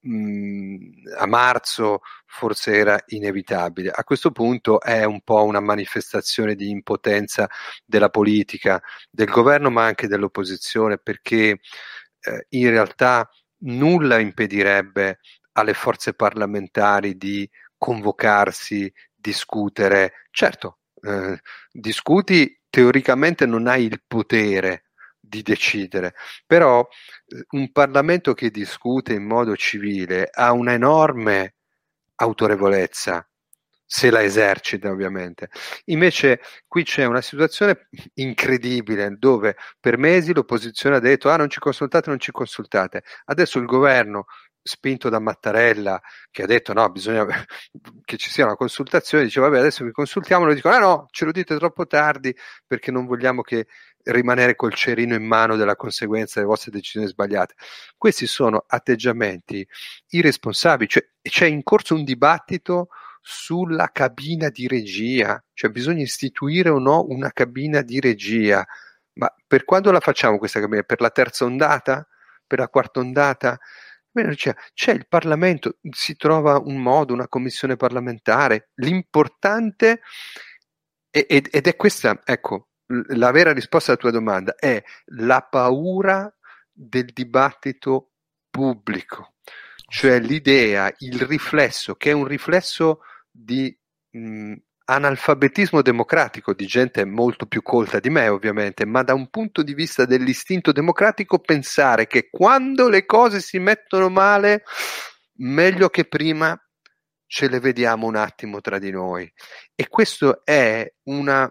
a marzo forse era inevitabile, a questo punto è un po' una manifestazione di impotenza della politica, del governo ma anche dell'opposizione, perché in realtà nulla impedirebbe alle forze parlamentari di convocarsi, discutere. Certo, discuti, teoricamente non hai il potere di decidere, però un Parlamento che discute in modo civile ha una enorme autorevolezza, se la esercita ovviamente. Invece qui c'è una situazione incredibile dove per mesi l'opposizione ha detto non ci consultate, adesso il governo, spinto da Mattarella, che ha detto no, bisogna che ci sia una consultazione, dice vabbè adesso vi consultiamo, lo dicono no, ce lo dite troppo tardi perché non vogliamo che rimanere col cerino in mano della conseguenza delle vostre decisioni sbagliate. Questi sono atteggiamenti irresponsabili, cioè c'è in corso un dibattito sulla cabina di regia, cioè bisogna istituire o no una cabina di regia, ma per quando la facciamo questa cabina? Per la terza ondata? Per la quarta ondata? C'è il Parlamento, si trova un modo, una commissione parlamentare, l'importante ed è questa, ecco, la vera risposta alla tua domanda è la paura del dibattito pubblico, cioè l'idea, il riflesso, che è un riflesso di analfabetismo democratico, di gente molto più colta di me ovviamente, ma da un punto di vista dell'istinto democratico pensare che quando le cose si mettono male, meglio che prima ce le vediamo un attimo tra di noi. E questo è un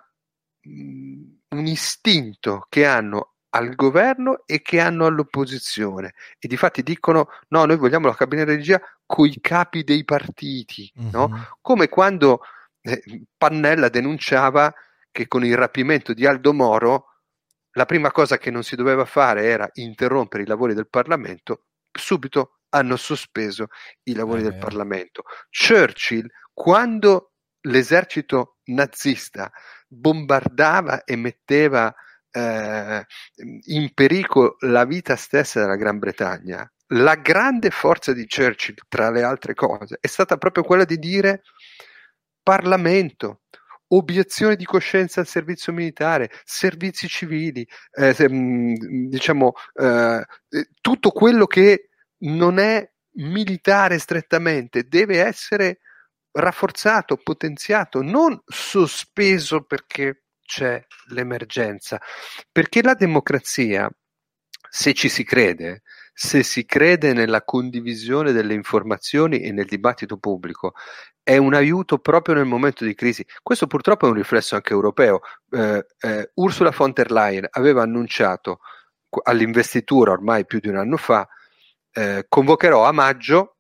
istinto che hanno al governo e che hanno all'opposizione, e difatti dicono no, noi vogliamo la cabina di regia coi capi dei partiti, no? Come quando Pannella denunciava che con il rapimento di Aldo Moro la prima cosa che non si doveva fare era interrompere i lavori del Parlamento, subito hanno sospeso i lavori del Parlamento. Churchill, quando l'esercito nazista bombardava e metteva in pericolo la vita stessa della Gran Bretagna, la grande forza di Churchill, tra le altre cose, è stata proprio quella di dire Parlamento, obiezione di coscienza al servizio militare, servizi civili, tutto quello che non è militare strettamente deve essere rafforzato, potenziato, non sospeso perché c'è l'emergenza, perché la democrazia, se ci si crede, se si crede nella condivisione delle informazioni e nel dibattito pubblico, è un aiuto proprio nel momento di crisi. Questo purtroppo è un riflesso anche europeo. Ursula von der Leyen aveva annunciato all'investitura ormai più di un anno fa, convocherò a maggio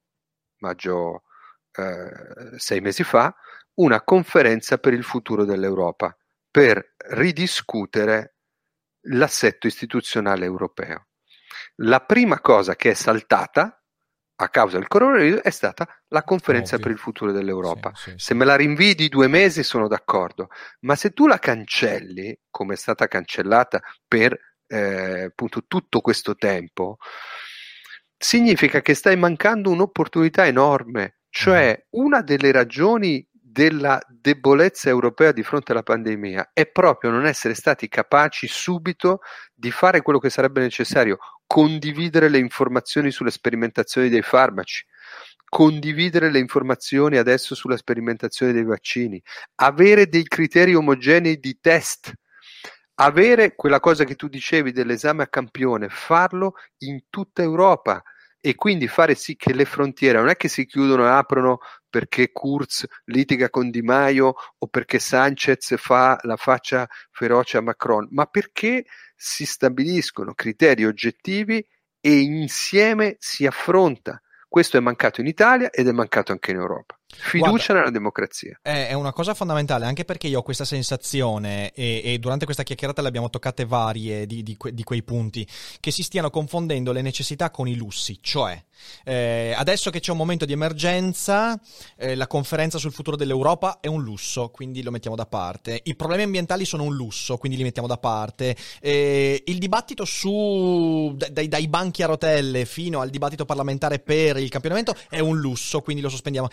6 mesi fa, una conferenza per il futuro dell'Europa, per ridiscutere l'assetto istituzionale europeo. La prima cosa che è saltata a causa del coronavirus è stata la conferenza per il futuro dell'Europa. Sì. Se me la rinvii di 2 mesi sono d'accordo, ma se tu la cancelli, come è stata cancellata per appunto tutto questo tempo, significa che stai mancando un'opportunità enorme. Cioè, una delle ragioni della debolezza europea di fronte alla pandemia è proprio non essere stati capaci subito di fare quello che sarebbe necessario: condividere le informazioni sulle sperimentazioni dei farmaci, condividere le informazioni adesso sulla sperimentazione dei vaccini, avere dei criteri omogenei di test, avere quella cosa che tu dicevi dell'esame a campione, farlo in tutta Europa. E quindi fare sì che le frontiere non è che si chiudono e aprono perché Kurz litiga con Di Maio o perché Sanchez fa la faccia feroce a Macron, ma perché si stabiliscono criteri oggettivi e insieme si affronta. Questo è mancato in Italia ed è mancato anche in Europa. Fiducia nella democrazia. È una cosa fondamentale, anche perché io ho questa sensazione, e durante questa chiacchierata le abbiamo toccate varie di quei punti, che si stiano confondendo le necessità con i lussi. Cioè, adesso che c'è un momento di emergenza, la conferenza sul futuro dell'Europa è un lusso, quindi lo mettiamo da parte. I problemi ambientali sono un lusso, quindi li mettiamo da parte. Il dibattito dai banchi a rotelle fino al dibattito parlamentare per il campionamento è un lusso, quindi lo sospendiamo. E ci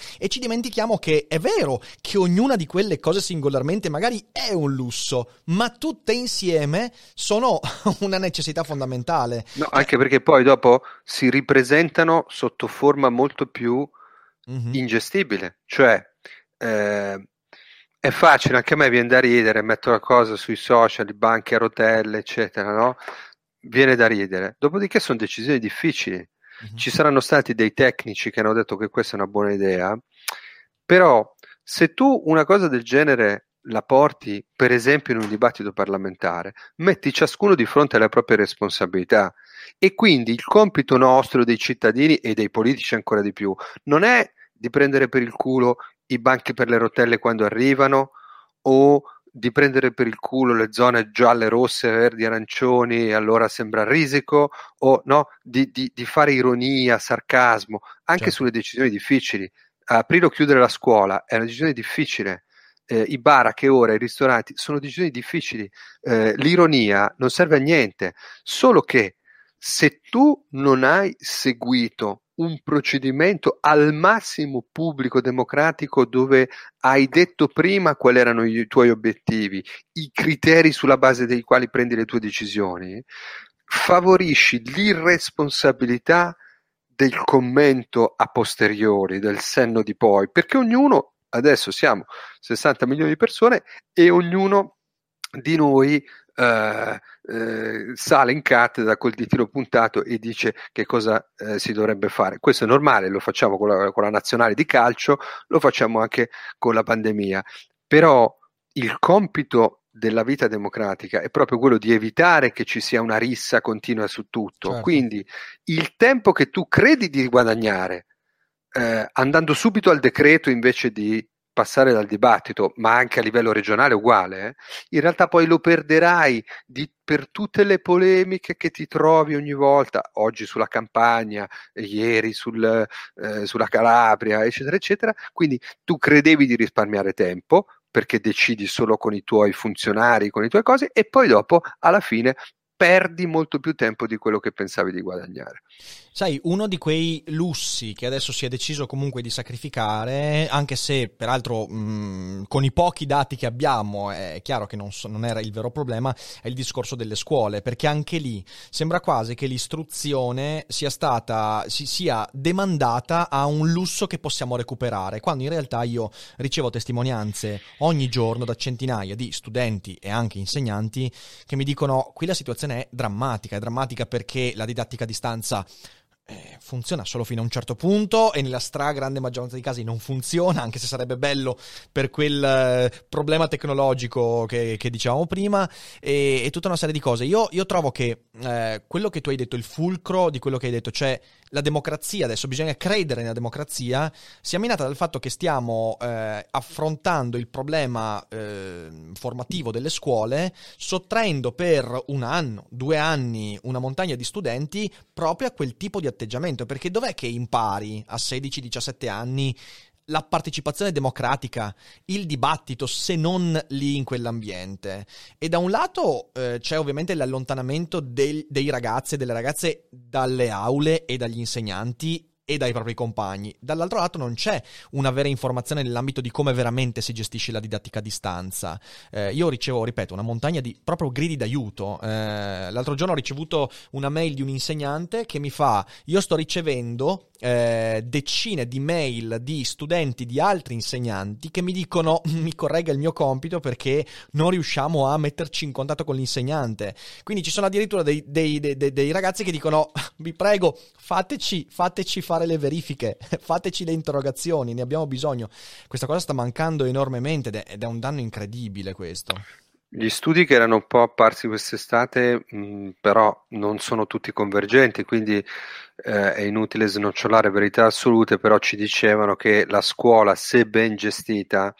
dimentichiamo che è vero che ognuna di quelle cose singolarmente magari è un lusso, ma tutte insieme sono una necessità fondamentale. No, anche perché poi dopo si ripresentano sotto forma molto più ingestibile, cioè è facile, anche a me viene da ridere, metto la cosa sui social, i banchi a rotelle, eccetera, no? Viene da ridere. Dopodiché sono decisioni difficili. Ci saranno stati dei tecnici che hanno detto che questa è una buona idea, però se tu una cosa del genere la porti, per esempio, in un dibattito parlamentare, metti ciascuno di fronte alle proprie responsabilità, e quindi il compito nostro, dei cittadini e dei politici ancora di più, non è di prendere per il culo i banchi per le rotelle quando arrivano, o di prendere per il culo le zone gialle, rosse, verdi, arancioni, e allora sembra risico, o no, di fare ironia, sarcasmo, anche Certo. sulle decisioni difficili. Aprire o chiudere la scuola è una decisione difficile. I bar a che ora, i ristoranti, sono decisioni difficili. L'ironia non serve a niente, solo che se tu non hai seguito un procedimento al massimo pubblico democratico, dove hai detto prima quali erano i tuoi obiettivi, i criteri sulla base dei quali prendi le tue decisioni, favorisci l'irresponsabilità del commento a posteriori, del senno di poi, perché ognuno, adesso siamo 60 milioni di persone e ognuno di noi sale in cattedra col ditino puntato e dice che cosa si dovrebbe fare. Questo è normale, lo facciamo con la nazionale di calcio, lo facciamo anche con la pandemia, però il compito della vita democratica è proprio quello di evitare che ci sia una rissa continua su tutto. Certo. Quindi il tempo che tu credi di guadagnare andando subito al decreto invece di passare dal dibattito, ma anche a livello regionale uguale, in realtà poi lo perderai per tutte le polemiche che ti trovi ogni volta, oggi sulla Campania, ieri sulla Calabria, eccetera, eccetera. Quindi tu credevi di risparmiare tempo, perché decidi solo con i tuoi funzionari, con le tue cose, e poi dopo, alla fine, perdi molto più tempo di quello che pensavi di guadagnare. Sai, uno di quei lussi che adesso si è deciso comunque di sacrificare, anche se peraltro con i pochi dati che abbiamo è chiaro che non era il vero problema, è il discorso delle scuole, perché anche lì sembra quasi che l'istruzione sia demandata a un lusso che possiamo recuperare, quando in realtà io ricevo testimonianze ogni giorno da centinaia di studenti e anche insegnanti che mi dicono: qui la situazione è drammatica perché la didattica a distanza funziona solo fino a un certo punto e nella stragrande maggioranza dei casi non funziona, anche se sarebbe bello per quel problema tecnologico che dicevamo prima, e tutta una serie di cose. Io trovo che quello che tu hai detto, il fulcro di quello che hai detto, cioè la democrazia, adesso bisogna credere nella democrazia, sia minata dal fatto che stiamo affrontando il problema formativo delle scuole, sottraendo per 1 anno, 2 anni una montagna di studenti proprio a quel tipo di atteggiamento, perché dov'è che impari a 16-17 anni la partecipazione democratica, il dibattito, se non lì in quell'ambiente? E da un lato c'è ovviamente l'allontanamento dei ragazzi e delle ragazze dalle aule e dagli insegnanti e dai propri compagni. Dall'altro lato non c'è una vera informazione nell'ambito di come veramente si gestisce la didattica a distanza. Io ricevo, ripeto, una montagna di proprio gridi d'aiuto. L'altro giorno ho ricevuto una mail di un insegnante che mi fa: io sto ricevendo decine di mail di studenti di altri insegnanti che mi dicono: mi corregga il mio compito perché non riusciamo a metterci in contatto con l'insegnante. Quindi ci sono addirittura dei ragazzi che dicono: vi prego, fateci fare le verifiche, fateci le interrogazioni, ne abbiamo bisogno. Questa cosa sta mancando enormemente ed è un danno incredibile questo. Gli studi che erano un po' apparsi quest'estate però non sono tutti convergenti, quindi è inutile snocciolare verità assolute, però ci dicevano che la scuola, se ben gestita,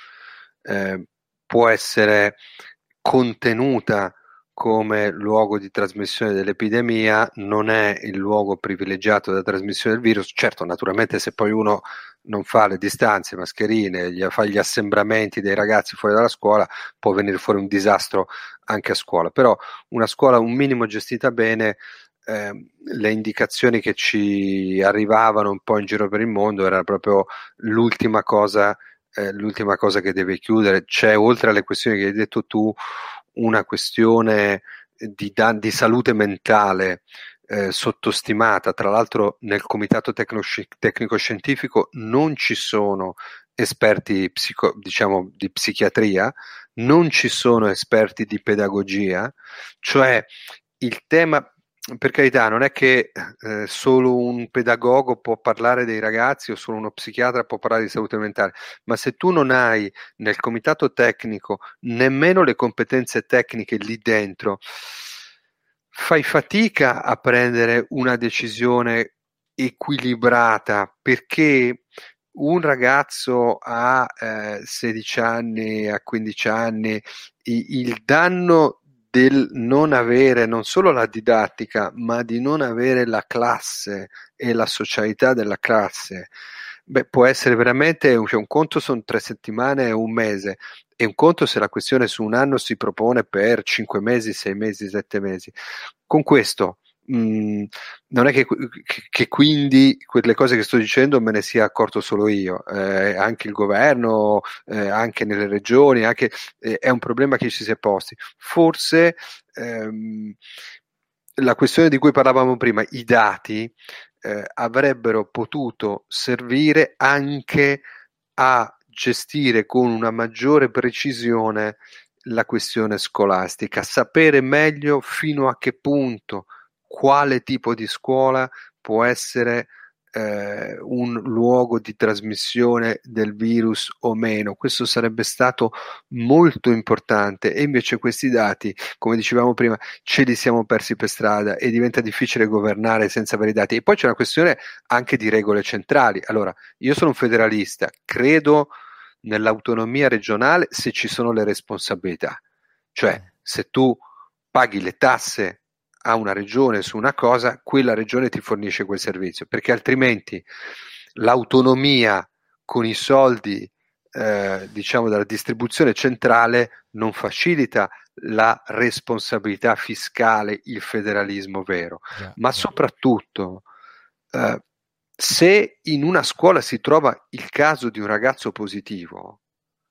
può essere contenuta come luogo di trasmissione dell'epidemia, non è il luogo privilegiato della trasmissione del virus. Certo, naturalmente, se poi uno non fa le distanze, mascherine, fa gli assembramenti dei ragazzi fuori dalla scuola, può venire fuori un disastro anche a scuola. Però una scuola un minimo gestita bene le indicazioni che ci arrivavano un po' in giro per il mondo era proprio l'ultima cosa che deve chiudere. C'è, oltre alle questioni che hai detto tu, una questione di salute mentale sottostimata. Tra l'altro nel comitato tecnico-scientifico non ci sono esperti diciamo di psichiatria, non ci sono esperti di pedagogia, cioè il tema, per carità, non è che solo un pedagogo può parlare dei ragazzi o solo uno psichiatra può parlare di salute mentale, ma se tu non hai nel comitato tecnico nemmeno le competenze tecniche lì dentro, fai fatica a prendere una decisione equilibrata, perché un ragazzo a 16 anni, a 15 anni, il danno del non avere non solo la didattica, ma di non avere la classe e la socialità della classe, può essere veramente, cioè un conto sono 3 settimane e un mese, e un conto se la questione su un anno si propone per 5 mesi, 6 mesi, 7 mesi. Con questo non è che quindi quelle cose che sto dicendo me ne sia accorto solo io, anche il governo, anche nelle regioni, è un problema che ci si è posti. Forse la questione di cui parlavamo prima, i dati avrebbero potuto servire anche a gestire con una maggiore precisione la questione scolastica, sapere meglio fino a che punto quale tipo di scuola può essere un luogo di trasmissione del virus o meno. Questo sarebbe stato molto importante, e invece questi dati, come dicevamo prima, ce li siamo persi per strada e diventa difficile governare senza avere i dati. E poi c'è una questione anche di regole centrali. Allora, io sono un federalista, credo nell'autonomia regionale se ci sono le responsabilità, cioè se tu paghi le tasse a una regione su una cosa, quella regione ti fornisce quel servizio, perché altrimenti l'autonomia con i soldi diciamo della distribuzione centrale non facilita la responsabilità fiscale, il federalismo vero. Ma soprattutto se in una scuola si trova il caso di un ragazzo positivo,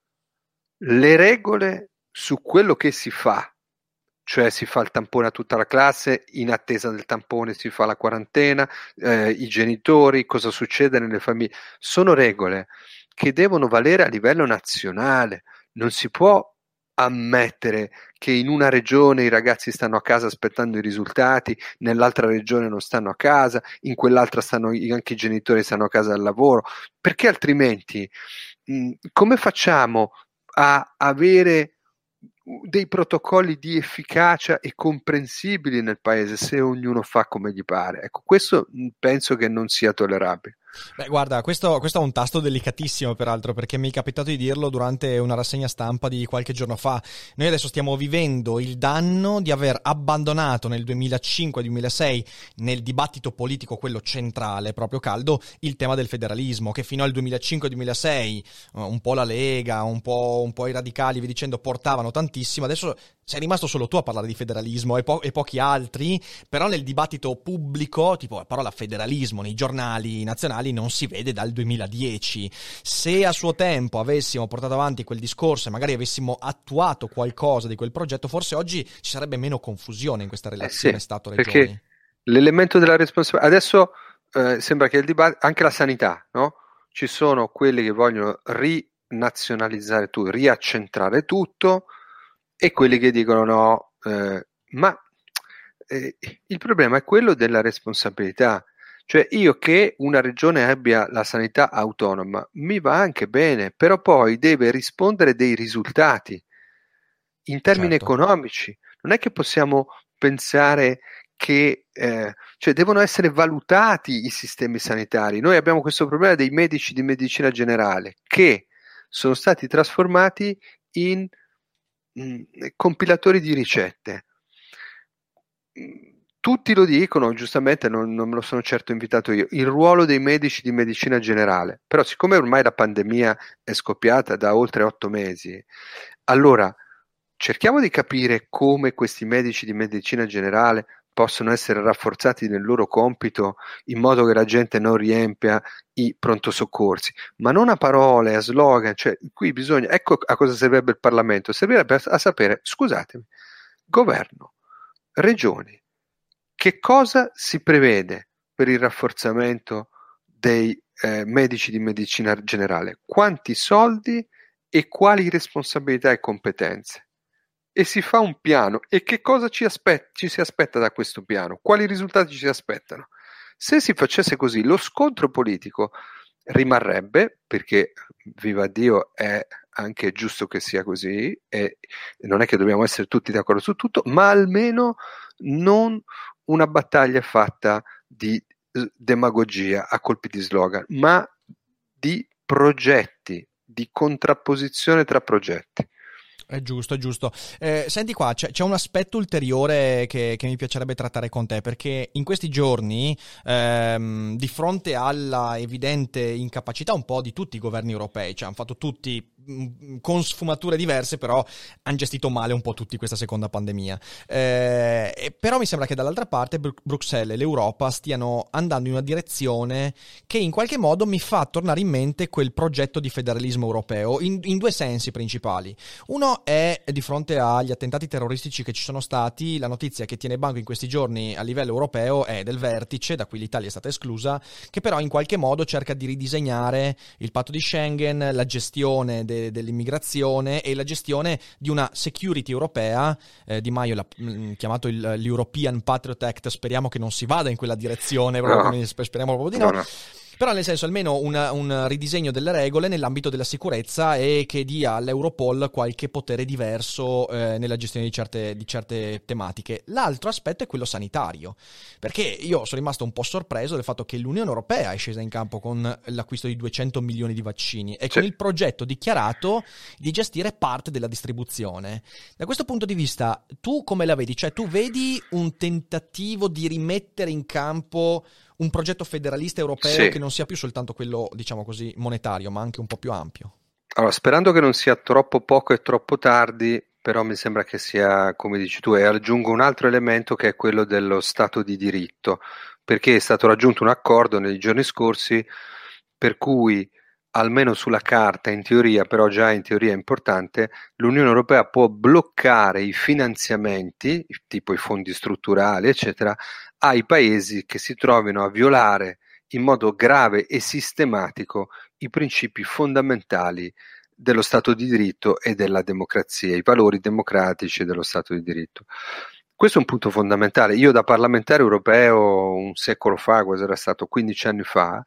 le regole su quello che si fa, cioè si fa il tampone a tutta la classe, in attesa del tampone si fa la quarantena, i genitori, cosa succede nelle famiglie, sono regole che devono valere a livello nazionale. Non si può ammettere che in una regione i ragazzi stanno a casa aspettando i risultati, nell'altra regione non stanno a casa, in quell'altra anche i genitori stanno a casa al lavoro, perché altrimenti come facciamo a avere dei protocolli di efficacia e comprensibili nel paese se ognuno fa come gli pare? Ecco, questo penso che non sia tollerabile. Beh, guarda, questo è un tasto delicatissimo, peraltro, perché mi è capitato di dirlo durante una rassegna stampa di qualche giorno fa. Noi adesso stiamo vivendo il danno di aver abbandonato nel 2005-2006, nel dibattito politico, quello centrale, proprio caldo, il tema del federalismo, che fino al 2005-2006 un po' la Lega, un po' i radicali, vi dicendo, portavano tantissimo. Adesso sei rimasto solo tu a parlare di federalismo e pochi altri, però nel dibattito pubblico, tipo la parola federalismo nei giornali nazionali non si vede dal 2010. Se a suo tempo avessimo portato avanti quel discorso e magari avessimo attuato qualcosa di quel progetto, forse oggi ci sarebbe meno confusione in questa relazione Stato-Regioni. Perché l'elemento della responsabilità, adesso sembra che il dibattito, anche la sanità, no? Ci sono quelli che vogliono rinazionalizzare tutto, riaccentrare tutto, e quelli che dicono no, ma il problema è quello della responsabilità. Cioè, io che una regione abbia la sanità autonoma mi va anche bene, però poi deve rispondere dei risultati in termini economici. Non è che possiamo pensare che cioè devono essere valutati i sistemi sanitari. Noi abbiamo questo problema dei medici di medicina generale che sono stati trasformati in compilatori di ricette. Tutti lo dicono, giustamente, non me lo sono certo invitato io, il ruolo dei medici di medicina generale. Però siccome ormai la pandemia è scoppiata da oltre 8 mesi, allora cerchiamo di capire come questi medici di medicina generale possono essere rafforzati nel loro compito in modo che la gente non riempia i pronto soccorsi, ma non a parole, a slogan. Cioè, qui bisogna, ecco a cosa servirebbe il Parlamento, servirebbe a sapere, scusatemi, governo, regioni, che cosa si prevede per il rafforzamento dei medici di medicina generale, quanti soldi e quali responsabilità e competenze. E si fa un piano. E che cosa ci si aspetta da questo piano? Quali risultati ci si aspettano? Se si facesse così, lo scontro politico rimarrebbe, perché viva Dio è anche giusto che sia così, e non è che dobbiamo essere tutti d'accordo su tutto, ma almeno non una battaglia fatta di demagogia a colpi di slogan, ma di progetti, di contrapposizione tra progetti. È giusto, è giusto. Senti qua, c'è un aspetto ulteriore che mi piacerebbe trattare con te, perché in questi giorni, di fronte alla evidente incapacità un po' di tutti i governi europei, cioè hanno fatto tutti con sfumature diverse, però hanno gestito male un po' tutti questa seconda pandemia. Però mi sembra che dall'altra parte Bruxelles e l'Europa stiano andando in una direzione che in qualche modo mi fa tornare in mente quel progetto di federalismo europeo in due sensi principali. Uno è, di fronte agli attentati terroristici che ci sono stati, la notizia che tiene banco in questi giorni a livello europeo è del vertice, da cui l'Italia è stata esclusa, che però in qualche modo cerca di ridisegnare il patto di Schengen, la gestione dell'immigrazione e la gestione di una security europea. Di Maio l'ha chiamato l'European Patriot Act, speriamo che non si vada in quella direzione, speriamo proprio di no. Però nel senso almeno un ridisegno delle regole nell'ambito della sicurezza e che dia all'Europol qualche potere diverso nella gestione di certe tematiche. L'altro aspetto è quello sanitario, perché io sono rimasto un po' sorpreso del fatto che l'Unione Europea è scesa in campo con l'acquisto di 200 milioni di vaccini e con il progetto dichiarato di gestire parte della distribuzione. Da questo punto di vista, tu come la vedi? Cioè, tu vedi un tentativo di rimettere in campo un progetto federalista europeo che non sia più soltanto quello, diciamo così, monetario, ma anche un po' più ampio? Allora, sperando che non sia troppo poco e troppo tardi, però mi sembra che sia, come dici tu, e aggiungo un altro elemento che è quello dello Stato di diritto, perché è stato raggiunto un accordo nei giorni scorsi per cui, almeno sulla carta, in teoria, però già in teoria è importante, l'Unione Europea può bloccare i finanziamenti, tipo i fondi strutturali, eccetera, ai paesi che si trovino a violare in modo grave e sistematico i principi fondamentali dello Stato di diritto e della democrazia, i valori democratici dello Stato di diritto. Questo è un punto fondamentale. Io da parlamentare europeo un secolo fa, quasi era stato 15 anni fa,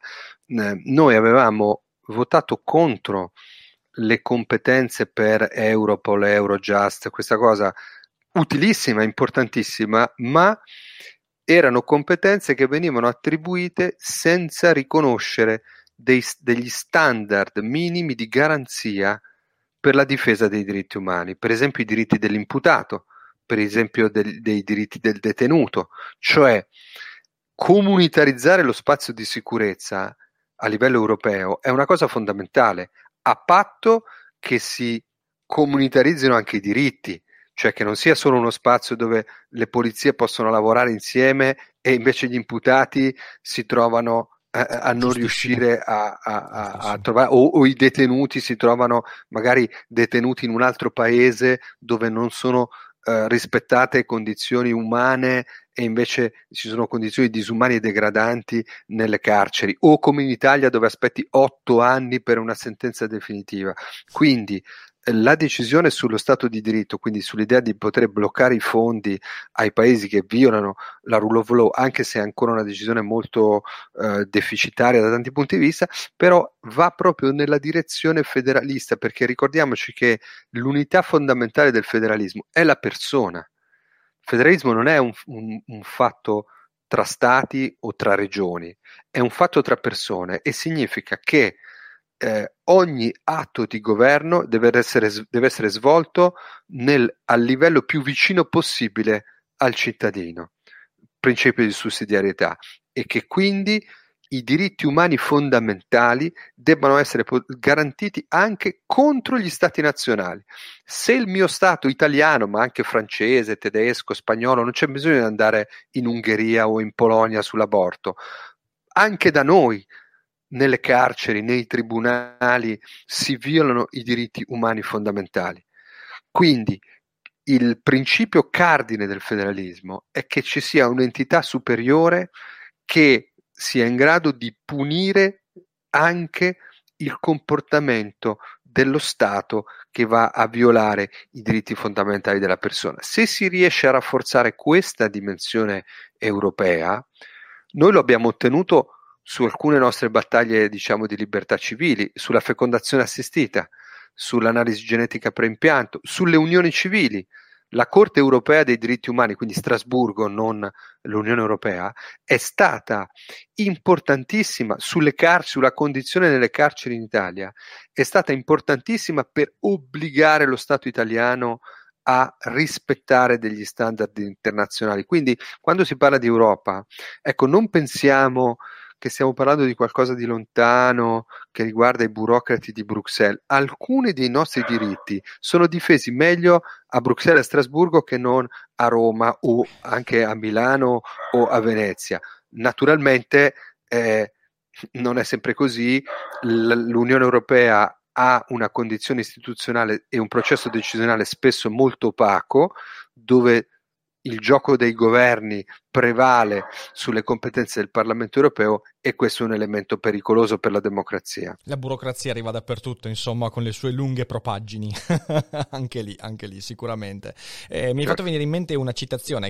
noi avevamo votato contro le competenze per Europol, Eurojust, questa cosa utilissima, importantissima, ma erano competenze che venivano attribuite senza riconoscere degli standard minimi di garanzia per la difesa dei diritti umani, per esempio i diritti dell'imputato, per esempio dei diritti del detenuto, cioè comunitarizzare lo spazio di sicurezza a livello europeo è una cosa fondamentale, a patto che si comunitarizzino anche i diritti, cioè che non sia solo uno spazio dove le polizie possono lavorare insieme e invece gli imputati si trovano a non riuscire a trovare, o i detenuti si trovano magari detenuti in un altro paese dove non sono rispettate condizioni umane e invece ci sono condizioni disumane e degradanti nelle carceri, o come in Italia dove aspetti 8 anni per una sentenza definitiva. Quindi la decisione sullo Stato di diritto, quindi sull'idea di poter bloccare i fondi ai paesi che violano la rule of law, anche se è ancora una decisione molto deficitaria da tanti punti di vista, però va proprio nella direzione federalista, perché ricordiamoci che l'unità fondamentale del federalismo è la persona. Il federalismo non è un fatto tra stati o tra regioni, è un fatto tra persone e significa che ogni atto di governo deve essere svolto al livello più vicino possibile al cittadino, principio di sussidiarietà, e che quindi i diritti umani fondamentali debbano essere garantiti anche contro gli stati nazionali. Se il mio stato italiano, ma anche francese, tedesco, spagnolo, non c'è bisogno di andare in Ungheria o in Polonia sull'aborto, anche da noi nelle carceri, nei tribunali si violano i diritti umani fondamentali. Quindi il principio cardine del federalismo è che ci sia un'entità superiore che sia in grado di punire anche il comportamento dello Stato che va a violare i diritti fondamentali della persona. Se si riesce a rafforzare questa dimensione europea, noi lo abbiamo ottenuto su alcune nostre battaglie, diciamo, di libertà civili, sulla fecondazione assistita, sull'analisi genetica preimpianto, sulle unioni civili. La Corte europea dei diritti umani, quindi Strasburgo, non l'Unione Europea, è stata importantissima sulle sulla condizione nelle carceri in Italia, è stata importantissima per obbligare lo Stato italiano a rispettare degli standard internazionali. Quindi quando si parla di Europa, ecco, non pensiamo che stiamo parlando di qualcosa di lontano che riguarda i burocrati di Bruxelles. Alcuni dei nostri diritti sono difesi meglio a Bruxelles e a Strasburgo che non a Roma o anche a Milano o a Venezia. Naturalmente non è sempre così. L'Unione Europea ha una condizione istituzionale e un processo decisionale spesso molto opaco, dove il gioco dei governi prevale sulle competenze del Parlamento europeo, e questo è un elemento pericoloso per la democrazia. La burocrazia arriva dappertutto, insomma, con le sue lunghe propaggini, anche lì sicuramente. Mi hai fatto venire in mente una citazione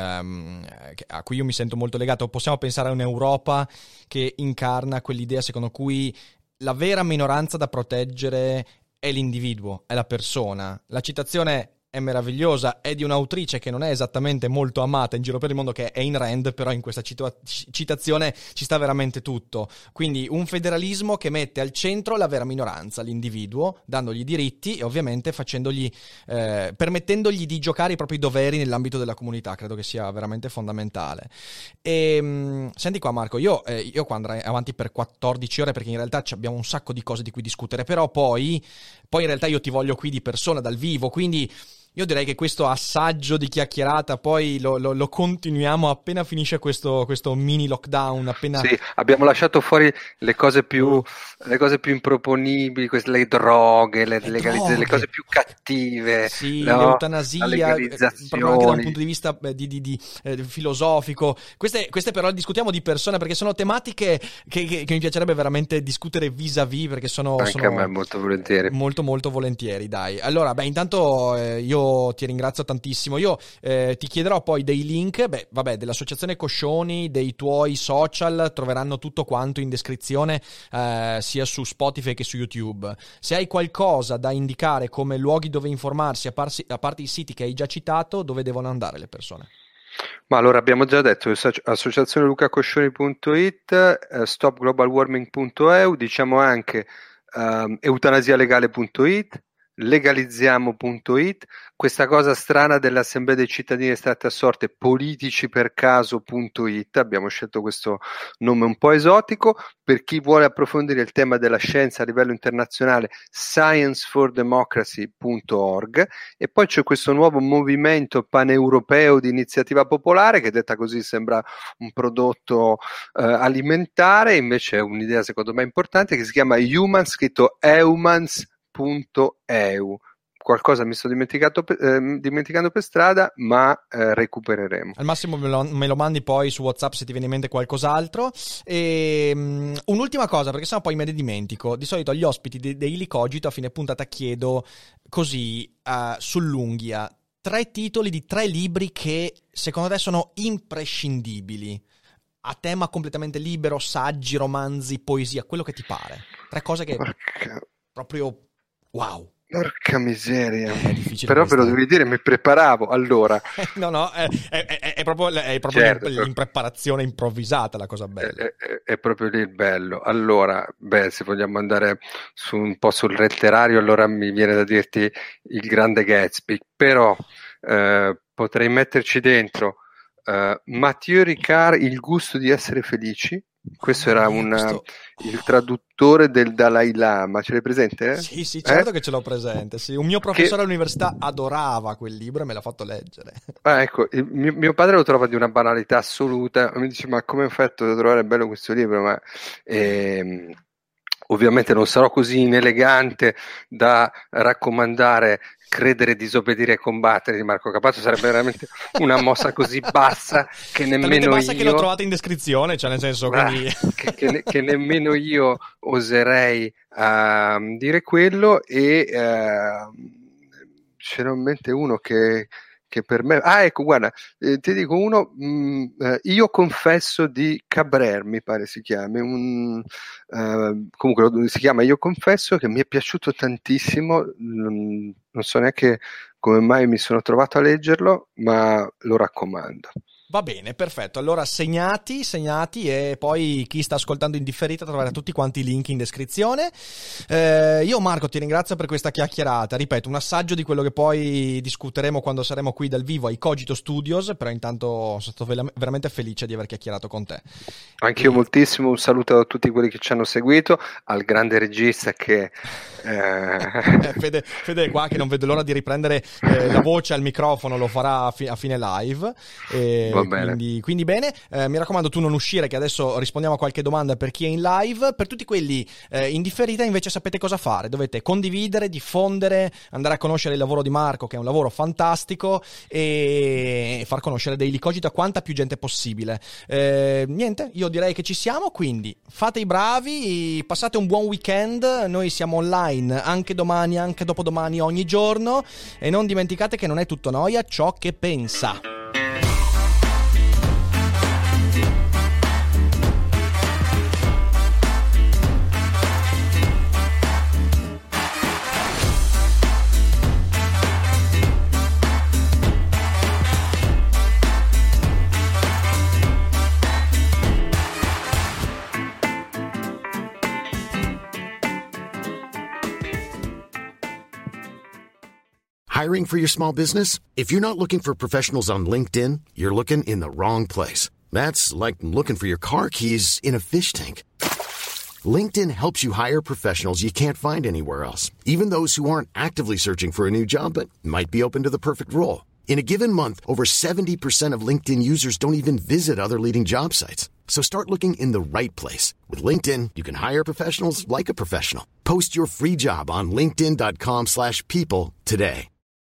a cui io mi sento molto legato. Possiamo pensare a un'Europa che incarna quell'idea secondo cui la vera minoranza da proteggere è l'individuo, è la persona. La citazione è meravigliosa, è di un'autrice che non è esattamente molto amata in giro per il mondo, che è Ayn Rand, però in questa citazione ci sta veramente tutto. Quindi un federalismo che mette al centro la vera minoranza, l'individuo, dandogli diritti e ovviamente permettendogli di giocare i propri doveri nell'ambito della comunità. Credo che sia veramente fondamentale. Senti qua Marco, io qua andrei avanti per 14 ore perché in realtà abbiamo un sacco di cose di cui discutere, però poi in realtà io ti voglio qui di persona, dal vivo, quindi io direi che questo assaggio di chiacchierata poi lo continuiamo appena finisce questo mini lockdown. Sì, abbiamo lasciato fuori le cose più improponibili, le droghe, le cose più cattive. Sì, no? L'eutanasia, proprio anche da un punto di vista filosofico. Queste però le discutiamo di persona perché sono tematiche che mi piacerebbe veramente discutere vis-à-vis, perché sono a me molto volentieri. Molto molto volentieri, dai. Allora, intanto io ti ringrazio tantissimo. Io ti chiederò poi dei link, dell'associazione Coscioni, dei tuoi social, troveranno tutto quanto in descrizione, sia su Spotify che su YouTube. Se hai qualcosa da indicare come luoghi dove informarsi, a parte i siti che hai già citato, dove devono andare le persone? Ma allora abbiamo già detto associazionelucacoscioni.it, stopglobalwarming.eu, diciamo anche eutanasialegale.it, legalizziamo.it, questa cosa strana dell'assemblea dei cittadini estratti a sorte, politicipercaso.it, abbiamo scelto questo nome un po' esotico. Per chi vuole approfondire il tema della scienza a livello internazionale, sciencefordemocracy.org, e poi c'è questo nuovo movimento paneuropeo di iniziativa popolare che detta così sembra un prodotto alimentare, invece è un'idea secondo me importante, che si chiama Humans, scritto Eumans.eu. Qualcosa mi sto dimenticando per strada, ma recupereremo. Al massimo me lo mandi poi su WhatsApp se ti viene in mente qualcos'altro. E un'ultima cosa, perché sennò poi me ne dimentico. Di solito agli ospiti dei Daily Cogito a fine puntata chiedo così sull'unghia 3 titoli di 3 libri che secondo te sono imprescindibili, a tema completamente libero, saggi, romanzi, poesia, quello che ti pare. 3 cose che proprio wow. Porca miseria, è difficile, però ve lo devi dire, mi preparavo. Allora no, è proprio certo, l'impreparazione improvvisata la cosa bella, è proprio lì il bello. Allora, se vogliamo andare un po' sul letterario, allora mi viene da dirti Il Grande Gatsby, però potrei metterci dentro Mathieu Ricard, Il gusto di essere felici, Questo era il traduttore del Dalai Lama, ce l'hai presente? Sì, certo che ce l'ho presente. Sì. Un mio professore all'università adorava quel libro e me l'ha fatto leggere. Ecco, mio padre lo trova di una banalità assoluta, mi dice: ma come ho fatto a trovare bello questo libro? Ma ovviamente non sarò così inelegante da raccomandare Credere, disobbedire e combattere di Marco Capazzo, sarebbe veramente una mossa così bassa che nemmeno bassa io... che l'ho trovata in descrizione, cioè nel senso quindi... che nemmeno io oserei dire quello, e c'era in mente uno che per me... ecco, guarda, ti dico uno, Io confesso di Cabrer, mi pare si chiami, comunque si chiama Io confesso, che mi è piaciuto tantissimo, non so neanche come mai mi sono trovato a leggerlo, ma lo raccomando. Va bene, perfetto. Allora segnati e poi chi sta ascoltando in differita troverà tutti quanti i link in descrizione. Io Marco ti ringrazio per questa chiacchierata, ripeto, un assaggio di quello che poi discuteremo quando saremo qui dal vivo ai Cogito Studios, però intanto sono stato veramente felice di aver chiacchierato con te. Anch'io moltissimo, un saluto a tutti quelli che ci hanno seguito, al grande regista che... Fede qua che non vede l'ora di riprendere la voce al microfono, lo farà a fine live. Quindi bene, mi raccomando tu non uscire, che adesso rispondiamo a qualche domanda per chi è in live. Per tutti quelli in differita invece sapete cosa fare: dovete condividere, diffondere, andare a conoscere il lavoro di Marco, che è un lavoro fantastico, e far conoscere Daily Cogito a quanta più gente possibile. Niente, io direi che ci siamo, quindi fate i bravi, passate un buon weekend, noi siamo online anche domani, anche dopodomani, ogni giorno, e non dimenticate che non è tutto noia ciò che pensa. Hiring for your small business? If you're not looking for professionals on LinkedIn, you're looking in the wrong place. That's like looking for your car keys in a fish tank. LinkedIn helps you hire professionals you can't find anywhere else, even those who aren't actively searching for a new job but might be open to the perfect role. In a given month, over 70% of LinkedIn users don't even visit other leading job sites. So start looking in the right place. With LinkedIn, you can hire professionals like a professional. Post your free job on linkedin.com/people today.